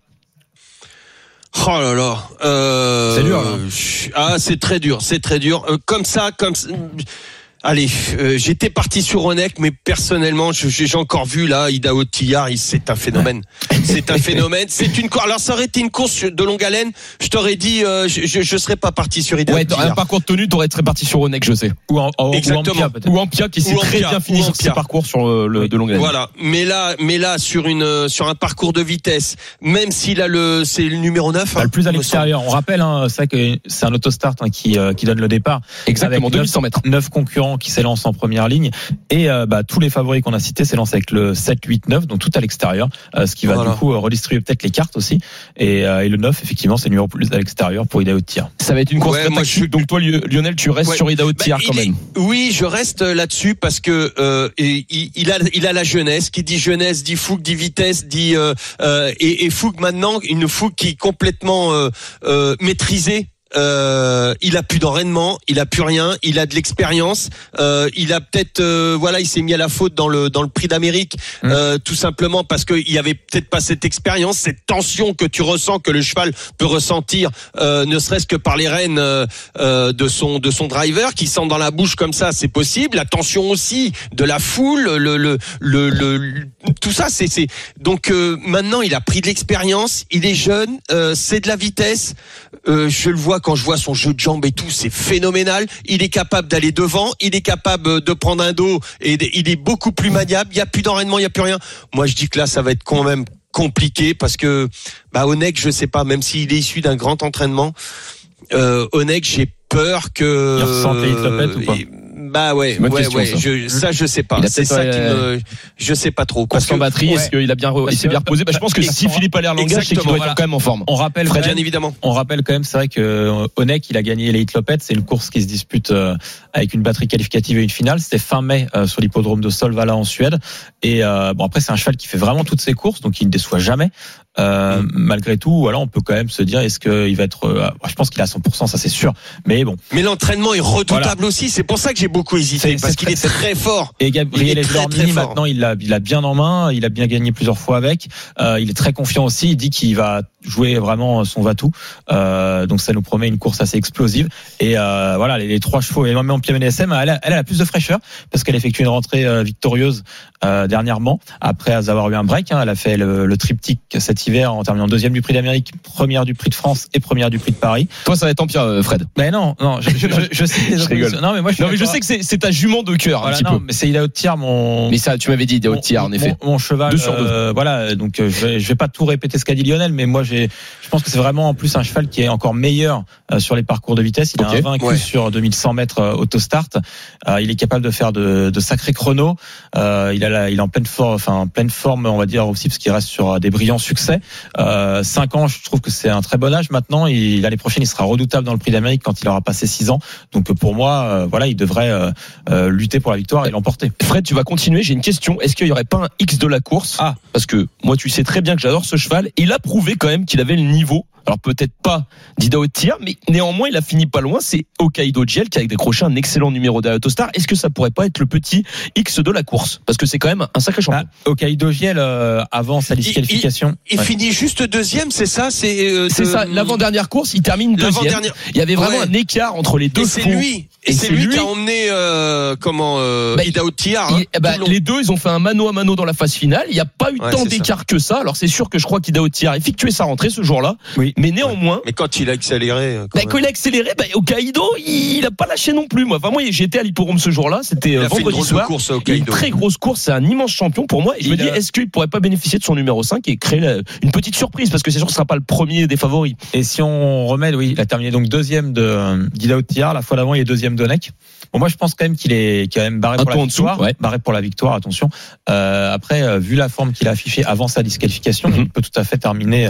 Speaker 6: Oh là là. Euh,
Speaker 4: C'est dur, là.
Speaker 6: je- Ah, c'est très dur, c'est très dur. Euh, comme ça, comme ça- Allez, euh, j'étais parti sur Onek, mais personnellement, je- j'ai encore vu là, Ida Otillard, il- c'est un phénomène. C'est un phénomène. C'est une course. Alors, ça aurait été une course de longue haleine. Je t'aurais dit, euh, je, je, je serais pas parti sur Ida
Speaker 4: Ouais, t'aurais un
Speaker 6: Otillard.
Speaker 4: parcours de tenue, t'aurais été parti sur Onek, je sais.
Speaker 5: Ou en, en, ou en
Speaker 6: Exactement.
Speaker 5: Pia, peut-être.
Speaker 4: Ou Ampia, qui s'est
Speaker 6: Ou
Speaker 4: très
Speaker 6: Ampia,
Speaker 4: bien fini
Speaker 6: ou
Speaker 4: sur ses
Speaker 6: Ampia.
Speaker 4: parcours sur euh, le,
Speaker 5: Oui.
Speaker 4: de longue haleine.
Speaker 6: Voilà, mais là, mais là sur une euh, sur un parcours de vitesse, même s'il a le c'est le numéro neuf,
Speaker 5: Bah,
Speaker 6: hein,
Speaker 5: le plus à
Speaker 6: il me
Speaker 5: l'extérieur. On rappelle, hein, c'est vrai que c'est un autostart hein, qui, euh, qui donne le départ.
Speaker 4: Exactement,
Speaker 5: Avec
Speaker 4: deux mille cent mètres.
Speaker 5: neuf concurrents qui s'élancent en première ligne et euh, bah, tous les favoris qu'on a cités s'élancent avec le sept, huit, neuf, donc tout à l'extérieur, euh, ce qui va
Speaker 6: Voilà.
Speaker 5: du coup euh, redistribuer peut-être les cartes aussi. Et, euh, et le neuf, effectivement, c'est le numéro plus à l'extérieur pour Ida Tir.
Speaker 4: Ça va être une course
Speaker 6: Ouais,
Speaker 4: très
Speaker 6: moi,
Speaker 4: tactique.
Speaker 6: je suis-
Speaker 4: Donc toi, Lionel, tu restes
Speaker 6: Ouais.
Speaker 4: sur Ida Otiar
Speaker 6: Bah,
Speaker 4: quand
Speaker 6: il est-
Speaker 4: même.
Speaker 6: Oui, je reste là-dessus parce que euh, il, il a il a la jeunesse. Qui dit jeunesse dit fougue, dit vitesse, dit euh, euh, et, et fougue maintenant, une fougue qui est complètement euh, euh, maîtrisée. Euh, il a plus d'enraînement, il a plus rien, il a de l'expérience, euh, il a peut-être, euh, voilà, il s'est mis à la faute dans le dans le Prix d'Amérique,
Speaker 5: Mmh.
Speaker 6: euh, tout simplement parce qu'il y avait peut-être pas cette expérience, cette tension que tu ressens, que le cheval peut ressentir, euh, ne serait-ce que par les rênes euh, euh, de son de son driver qui sent dans la bouche comme ça, c'est possible. La tension aussi de la foule, le le le, le, le- tout ça, c'est c'est donc euh, maintenant il a pris de l'expérience, il est jeune, euh, c'est de la vitesse. Euh, je le vois quand je vois son jeu de jambes et tout, c'est phénoménal. Il est capable d'aller devant, il est capable de prendre un dos et il est beaucoup plus maniable. Il y a plus d'enraînement, il y a plus rien. Moi, je dis que là, ça va être quand même compliqué parce que bah Onek, je sais pas, même s'il est issu d'un grand entraînement, euh, Onek, j'ai peur que
Speaker 5: Il ressent les clopettes ou pas
Speaker 6: il- Bah ouais,
Speaker 4: C'est une bonne
Speaker 6: ouais,
Speaker 4: question,
Speaker 6: ouais.
Speaker 4: ça.
Speaker 6: Je, ça, je sais pas.
Speaker 4: Il a
Speaker 6: C'est
Speaker 4: peut-être,
Speaker 6: ça qui
Speaker 4: euh,
Speaker 6: me, je sais pas trop.
Speaker 4: Course en batterie,
Speaker 6: ouais.
Speaker 4: est-ce qu'il a bien, re- il s'est bien reposé? Bah, je pense que si
Speaker 6: Exactement.
Speaker 4: Philippe Allaire l'engage, c'est qu'il doit être
Speaker 6: Exactement,
Speaker 4: quand même en forme.
Speaker 5: On rappelle
Speaker 6: Très
Speaker 5: quand
Speaker 6: bien
Speaker 5: même,
Speaker 6: évidemment.
Speaker 5: on rappelle quand même, c'est vrai que euh, Onek, il a gagné les Hitlopet, c'est une course qui se dispute euh, avec une batterie qualificative et une finale. C'était fin mai euh, sur l'hippodrome de Solvala en Suède. Et euh, bon, après, c'est un cheval qui fait vraiment toutes ses courses, donc il ne déçoit jamais. Euh,
Speaker 6: Mm.
Speaker 5: Malgré tout, voilà, on peut quand même se dire, est-ce qu'il va être, euh, je pense qu'il est à cent pour cent, ça c'est sûr. Mais bon,
Speaker 6: Mais l'entraînement est redoutable aussi. C'est pour ça que j'ai beaucoup hésité
Speaker 5: C'est-
Speaker 6: parce
Speaker 5: c'est
Speaker 6: qu'il est
Speaker 5: très-
Speaker 6: très fort.
Speaker 5: Et
Speaker 6: Il
Speaker 5: Gabriel
Speaker 6: est très,
Speaker 5: Edlormini,
Speaker 6: très fort.
Speaker 5: maintenant, il l'a, il l'a bien en main. Il a bien gagné plusieurs fois avec. Euh, il est très confiant aussi. Il dit qu'il va jouer vraiment son va-tout. Euh, donc, ça nous promet une course assez explosive. Et euh, voilà, les, les trois chevaux, et même en P M S M, elle a, elle a la plus de fraîcheur parce qu'elle effectue une rentrée euh, victorieuse euh, dernièrement après avoir eu un break. Hein. Elle a fait le, le triptyque cet hiver en terminant deuxième du Prix d'Amérique, première du Prix de France et première du Prix de Paris.
Speaker 4: Toi, ça va être en pire, euh, Fred.
Speaker 5: Mais non, non, je, je, je, je sais les
Speaker 4: Je rigole.
Speaker 5: oppositions. Non, mais moi, je suis
Speaker 4: Non, mais je
Speaker 5: d'accord.
Speaker 4: sais que c'est, c'est ta jument de cœur,
Speaker 5: Voilà,
Speaker 4: un petit
Speaker 5: non,
Speaker 4: peu.
Speaker 5: mais c'est Ida Haute-Tiers, mon.
Speaker 4: Mais ça, tu m'avais dit, des
Speaker 5: mon-
Speaker 4: hautes tiers, en
Speaker 5: mon-
Speaker 4: effet.
Speaker 5: Mon, mon cheval.
Speaker 4: Deux sur deux.
Speaker 5: euh, voilà, donc euh, je vais, je vais pas tout répéter ce qu'a dit Lionel, mais moi j'ai, je pense que c'est vraiment en plus un cheval qui est encore meilleur euh, sur les parcours de vitesse. Il
Speaker 4: Ok,
Speaker 5: a invaincu
Speaker 6: ouais.
Speaker 5: sur deux mille cent mètres euh, autostart. Euh, il est capable de faire de, de sacrés chronos. Euh, il a, la, il est en pleine forme, enfin en pleine forme, on va dire aussi parce qu'il reste sur des brillants succès. Euh, cinq ans, je trouve que c'est un très bon âge. Maintenant, il, l'année prochaine, il sera redoutable dans le Prix d'Amérique quand il aura passé six ans. Donc euh, pour moi, euh, voilà, il devrait euh, euh, lutter pour la victoire et l'emporter.
Speaker 4: Fred, tu vas continuer. J'ai une question. Est-ce qu'il y aurait pas un X de la course?
Speaker 5: Ah.
Speaker 4: Parce que moi, tu sais très bien que j'adore ce cheval. Il a prouvé quand même qu'il avait le niveau. Alors peut-être pas d'Ida Haute-Tiers, mais néanmoins, il a fini pas loin. C'est Hokkaido Gel qui a décroché un excellent numéro derrière Autostar. Est-ce que ça pourrait pas être le petit X de la course? Parce que c'est quand même un sacré champion.
Speaker 5: Ah, Hokkaido Giel euh, avant sa disqualification.
Speaker 6: Il
Speaker 5: Ouais.
Speaker 6: finit juste deuxième, c'est ça? C'est, euh,
Speaker 4: C'est
Speaker 6: de-
Speaker 4: ça. L'avant-dernière course, il termine deuxième.
Speaker 6: L'avant-dernière.
Speaker 4: Il y avait vraiment
Speaker 6: Ouais.
Speaker 4: un écart entre les deux
Speaker 6: Et c'est
Speaker 4: chevaux.
Speaker 6: lui. Et,
Speaker 4: Et
Speaker 6: c'est
Speaker 4: c'est
Speaker 6: lui,
Speaker 4: lui.
Speaker 6: qui a emmené euh, comment euh,
Speaker 4: Bah,
Speaker 6: Ida Haute-Tiers. Hein,
Speaker 4: Il- eh ben,
Speaker 6: tout le long.
Speaker 4: les deux, ils ont fait un mano à mano dans la phase finale. Il n'y a pas eu
Speaker 6: Ouais,
Speaker 4: tant
Speaker 6: c'est
Speaker 4: d'écart que ça. Alors c'est sûr que je crois qu'Ida Haute-Tiers a effectué sa rentrée ce jour-là.
Speaker 5: Oui.
Speaker 4: Mais néanmoins,
Speaker 6: Mais quand il a accéléré, euh, quand
Speaker 4: bah,
Speaker 6: même.
Speaker 4: quand il a accéléré, bah, Hokkaido, il n'a pas lâché non plus. Moi, enfin, moi, j'étais à l'Hipporome ce jour-là. C'était
Speaker 6: il
Speaker 4: euh,
Speaker 6: a fait une
Speaker 4: vendredi
Speaker 6: drôle de
Speaker 4: soir.
Speaker 6: course à
Speaker 4: Il y a une
Speaker 6: Hokkaido.
Speaker 4: très grosse course, c'est un immense champion pour moi. Et je me
Speaker 5: Il
Speaker 4: dis,
Speaker 5: a-
Speaker 4: est-ce qu'il pourrait pas bénéficier de son numéro cinq et créer la- une petite surprise? Parce que c'est sûr que ce sera pas le premier des favoris.
Speaker 5: Et si on remet, oui, il a terminé donc deuxième de d'Ida Haute-Tiers. La fois d'avant, il est deuxième d'Onek. Bon, moi, je pense quand même qu'il est, qu'il est quand même barré
Speaker 4: Un
Speaker 5: pour la
Speaker 4: peu en dessous,
Speaker 5: victoire.
Speaker 4: ouais.
Speaker 5: Barré pour la victoire, attention. Euh, après, euh, vu la forme qu'il a affichée avant sa disqualification,
Speaker 4: Mhm.
Speaker 5: il peut tout à fait terminer.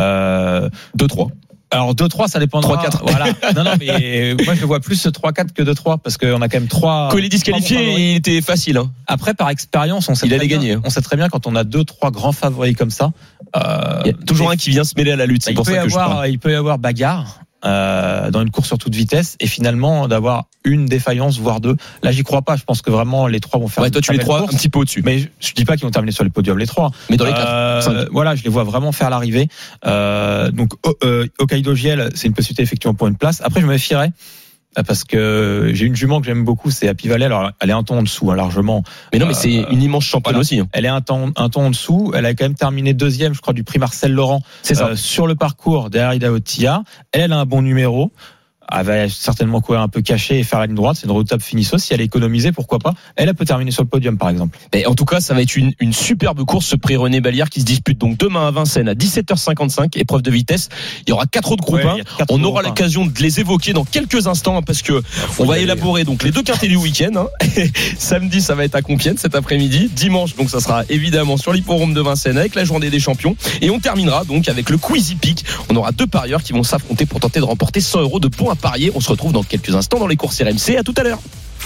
Speaker 5: Euh,
Speaker 4: deux trois.
Speaker 5: alors deux trois, ça dépendra.
Speaker 4: trois quatre.
Speaker 5: Voilà. Non, non, mais moi, je le vois plus trois quatre que deux trois parce qu'on a quand même trois.
Speaker 4: Quand il est disqualifié,
Speaker 5: trois bons favoris.
Speaker 4: il était facile. Hein.
Speaker 5: Après, par expérience, on sait
Speaker 4: Il
Speaker 5: très
Speaker 4: allait
Speaker 5: bien-
Speaker 4: gagner, hein.
Speaker 5: On sait très bien quand on a deux, trois grands favoris comme ça. Euh,
Speaker 4: Il y a toujours un qui vient se mêler à la lutte. C'est
Speaker 5: il
Speaker 4: pour
Speaker 5: peut
Speaker 4: ça
Speaker 5: y
Speaker 4: que je parle.
Speaker 5: avoir, il peut y avoir bagarre euh, dans une course sur toute vitesse et finalement d'avoir une défaillance voire deux. Là, j'y crois pas. Je pense que vraiment les trois vont faire.
Speaker 4: Ouais,
Speaker 5: une
Speaker 4: toi, tu
Speaker 5: très
Speaker 4: les
Speaker 5: belle
Speaker 4: trois un
Speaker 5: course.
Speaker 4: petit peu au-dessus.
Speaker 5: Mais je, je dis pas qu'ils vont terminer sur les podiums les trois.
Speaker 4: Mais dans les quatre.
Speaker 5: Euh,
Speaker 4: cinq.
Speaker 5: voilà, je les vois vraiment faire l'arrivée. Euh, donc oh, euh, Hokkaido Giel, c'est une possibilité effectivement pour une place. Après, je me méfierais. euh, Parce que j'ai une jument que j'aime beaucoup, c'est Happy Valley. Alors, elle est un ton en dessous, hein, largement.
Speaker 4: Mais non, mais
Speaker 5: Euh,
Speaker 4: c'est une immense championne
Speaker 5: voilà.
Speaker 4: aussi. Hein.
Speaker 5: Elle est un ton, un ton en dessous. Elle a quand même terminé deuxième, je crois, du prix Marcel Laurent.
Speaker 4: C'est ça.
Speaker 5: Euh, sur le parcours derrière Ida Haute-Tiers. Elle a un bon numéro. Elle va certainement courir un peu caché et faire la ligne droite. C'est une redoutable finisseuse. Si elle est économisée, pourquoi pas. Elle, elle peut terminer sur le podium, par exemple.
Speaker 4: Et en tout cas, ça va être une, une superbe course, ce prix René Ballière qui se dispute donc demain à Vincennes à dix-sept heures cinquante-cinq, épreuve de vitesse. Il y aura quatre autres groupes
Speaker 5: Ouais,
Speaker 4: un.
Speaker 5: il y a quatre
Speaker 4: On
Speaker 5: groupes
Speaker 4: aura
Speaker 5: un.
Speaker 4: l'occasion de les évoquer dans quelques instants hein, parce que on
Speaker 5: y
Speaker 4: va
Speaker 5: aller.
Speaker 4: élaborer donc les deux quintés du week-end. Hein. Samedi, ça va être à Compiègne cet après-midi. Dimanche, donc ça sera évidemment sur l'Hipporome de Vincennes avec la journée des champions. Et on terminera donc avec le Quizy Peak. On aura deux parieurs qui vont s'affronter pour tenter de remporter cent euros de bons à parier. On se retrouve dans quelques instants dans les courses R M C. À tout à l'heure.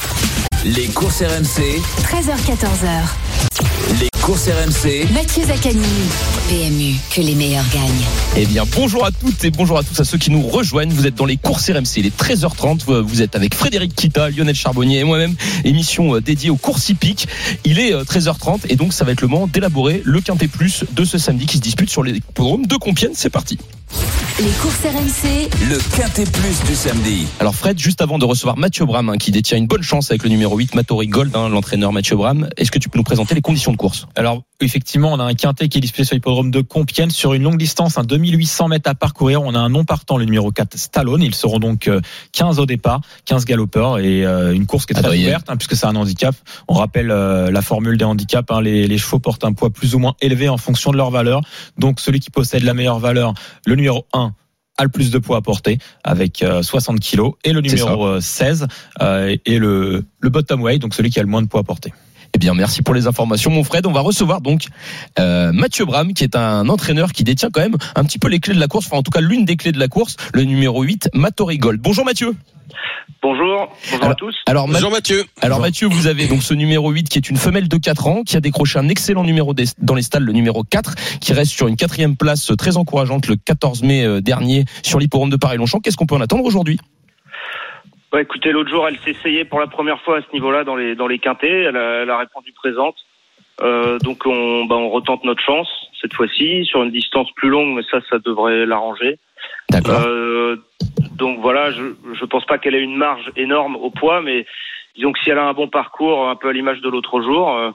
Speaker 1: Les courses R M C,
Speaker 3: treize heures quatorze heures.
Speaker 1: les courses R M C,
Speaker 3: Mathieu Zaccani. P M U, que les meilleurs gagnent.
Speaker 4: Eh bien, bonjour à toutes et bonjour à tous à ceux qui nous rejoignent. Vous êtes dans les courses R M C, il est treize heures trente. Vous êtes avec Frédéric Kita, Lionel Charbonnier et moi-même. Émission dédiée aux courses hippiques. Il est treize heures trente et donc ça va être le moment d'élaborer le Quintet Plus de ce samedi qui se dispute sur les hippodromes de Compiègne. C'est parti.
Speaker 3: Les courses R M C,
Speaker 1: le Quintet Plus du samedi.
Speaker 4: Alors Fred, juste avant de recevoir Mathieu Bram, hein, qui détient une bonne chance avec le numéro huit, Mattori Gold, hein, l'entraîneur Mathieu Bram, est-ce que tu peux nous présenter les conditions de course?
Speaker 5: Alors, effectivement, on a un quintet qui est disputé sur l'hippodrome de Compiègne sur une longue distance, un deux mille huit cents mètres à parcourir. On a un non partant, le numéro quatre, Stallone. Ils seront donc quinze au départ, quinze galopeurs et euh, une course qui est très
Speaker 4: Adrien.
Speaker 5: ouverte, hein, puisque c'est un handicap. On rappelle euh, la formule des handicaps, hein, les, les chevaux portent un poids plus ou moins élevé en fonction de leur valeur. Donc, celui qui possède la meilleure valeur, le numéro un, a le plus de poids à porter avec euh, soixante kilos, et le numéro euh, seize euh, est le, le bottom weight, donc celui qui a le moins de poids à porter.
Speaker 4: Eh bien, merci pour les informations, mon Fred. On va recevoir donc euh, Mathieu Bram, qui est un entraîneur qui détient quand même un petit peu les clés de la course, enfin en tout cas l'une des clés de la course, le numéro huit, Mattori Gold. Bonjour Mathieu.
Speaker 7: Bonjour, bonjour
Speaker 4: Alors-
Speaker 7: à tous.
Speaker 4: Alors, Ma-
Speaker 6: Bonjour Mathieu.
Speaker 4: Alors Mathieu, vous avez donc ce numéro huit qui est une femelle de quatre ans, qui a décroché un excellent numéro des- dans les stalles, le numéro quatre, qui reste sur une quatrième place très encourageante le quatorze mai dernier sur l'hippodrome de Paris-Longchamp. Qu'est-ce qu'on peut en attendre aujourd'hui?
Speaker 8: Bah, écoutez, l'autre jour, elle s'est essayée pour la première fois à ce niveau-là dans les dans les quintés. Elle a, elle a répondu présente. Euh, donc on, bah, on retente notre chance cette fois-ci sur une distance plus longue, mais ça, ça devrait l'arranger.
Speaker 4: D'accord.
Speaker 8: Euh, donc voilà, je je pense pas qu'elle ait une marge énorme au poids, mais disons que si elle a un bon parcours, un peu à l'image de l'autre jour, euh,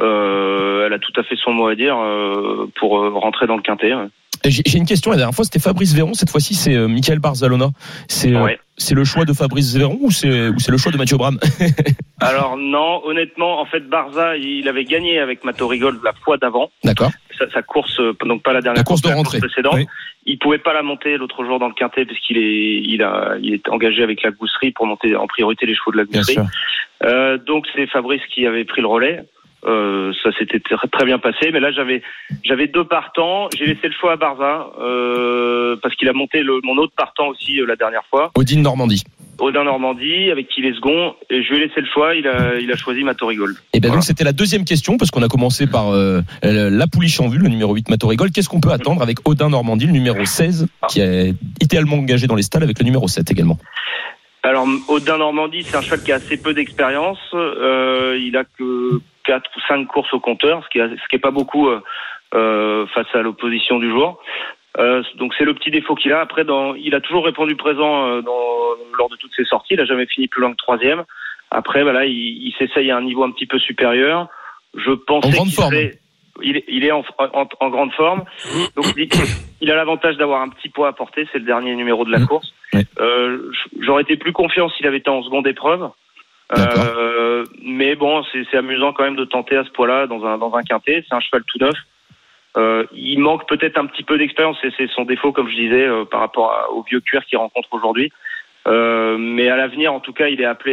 Speaker 8: euh, elle a tout à fait son mot à dire euh, pour euh, rentrer dans le quintet. Ouais.
Speaker 4: J'ai, j'ai une question. La dernière fois, c'était Fabrice Véron. Cette fois-ci, c'est euh, Michael Barzalona. C'est, euh,
Speaker 8: Ouais.
Speaker 4: c'est le choix de Fabrice Véron ou c'est, ou c'est le choix de Mathieu Bram?
Speaker 8: Alors non, honnêtement, en fait, Barza, il avait gagné avec Mato Rigol la fois d'avant.
Speaker 4: D'accord.
Speaker 8: Sa, sa course, euh, donc pas la dernière
Speaker 4: La course de
Speaker 8: la
Speaker 4: rentrée.
Speaker 8: course précédente.
Speaker 5: Oui.
Speaker 8: Il pouvait pas la monter l'autre jour dans le quintet parce qu'il est, il a, il est engagé avec la gousserie pour monter en priorité les chevaux de la
Speaker 5: Bien
Speaker 8: gousserie.
Speaker 5: sûr.
Speaker 8: Euh, donc c'est Fabrice qui avait pris le relais. Euh, ça s'était très, très bien passé, mais là j'avais j'avais deux partants. J'ai laissé le choix à Barza euh, parce qu'il a monté le, mon autre partant aussi euh, la dernière fois.
Speaker 4: Odine Normandie.
Speaker 8: Odin Normandie avec qui il est second, et je lui ai laissé le choix. Il a il a choisi Mato Rigol.
Speaker 4: Et ben
Speaker 8: Voilà.
Speaker 4: donc c'était la deuxième question parce qu'on a commencé par euh, la pouliche en vue, le numéro huit Mato Rigol. Qu'est-ce qu'on peut attendre avec Odin Normandie, le numéro seize, qui est idéalement engagé dans les stalles avec le numéro sept également?
Speaker 8: Alors Odin Normandie, c'est un cheval qui a assez peu d'expérience. Euh, il a que quatre ou cinq courses au compteur, ce qui est ce qui est pas beaucoup euh, euh, face à l'opposition du jour. Euh, donc c'est le petit défaut qu'il a. Après, dans, il a toujours répondu présent euh, dans, lors de toutes ses sorties. Il a jamais fini plus loin que troisième. Après, voilà, il, il s'essaye à un niveau un petit peu supérieur. Je pensais
Speaker 4: En grande
Speaker 8: qu'il
Speaker 4: forme.
Speaker 8: serait, il, est- il est en, en, en grande forme. Donc il, il a l'avantage d'avoir un petit poids à porter. C'est le dernier numéro de la
Speaker 5: Mmh.
Speaker 8: course.
Speaker 5: Oui.
Speaker 8: Euh, j'aurais été plus confiant s'il avait été en seconde épreuve.
Speaker 4: D'accord.
Speaker 8: Euh, mais bon, c'est, c'est amusant quand même de tenter à ce poids-là dans un dans un quintet. C'est un cheval tout neuf. Euh, il manque peut-être un petit peu d'expérience, et c'est son défaut, comme je disais, euh, par rapport à, au vieux cuir qu'il rencontre aujourd'hui. Euh, mais à l'avenir, en tout cas, il est appelé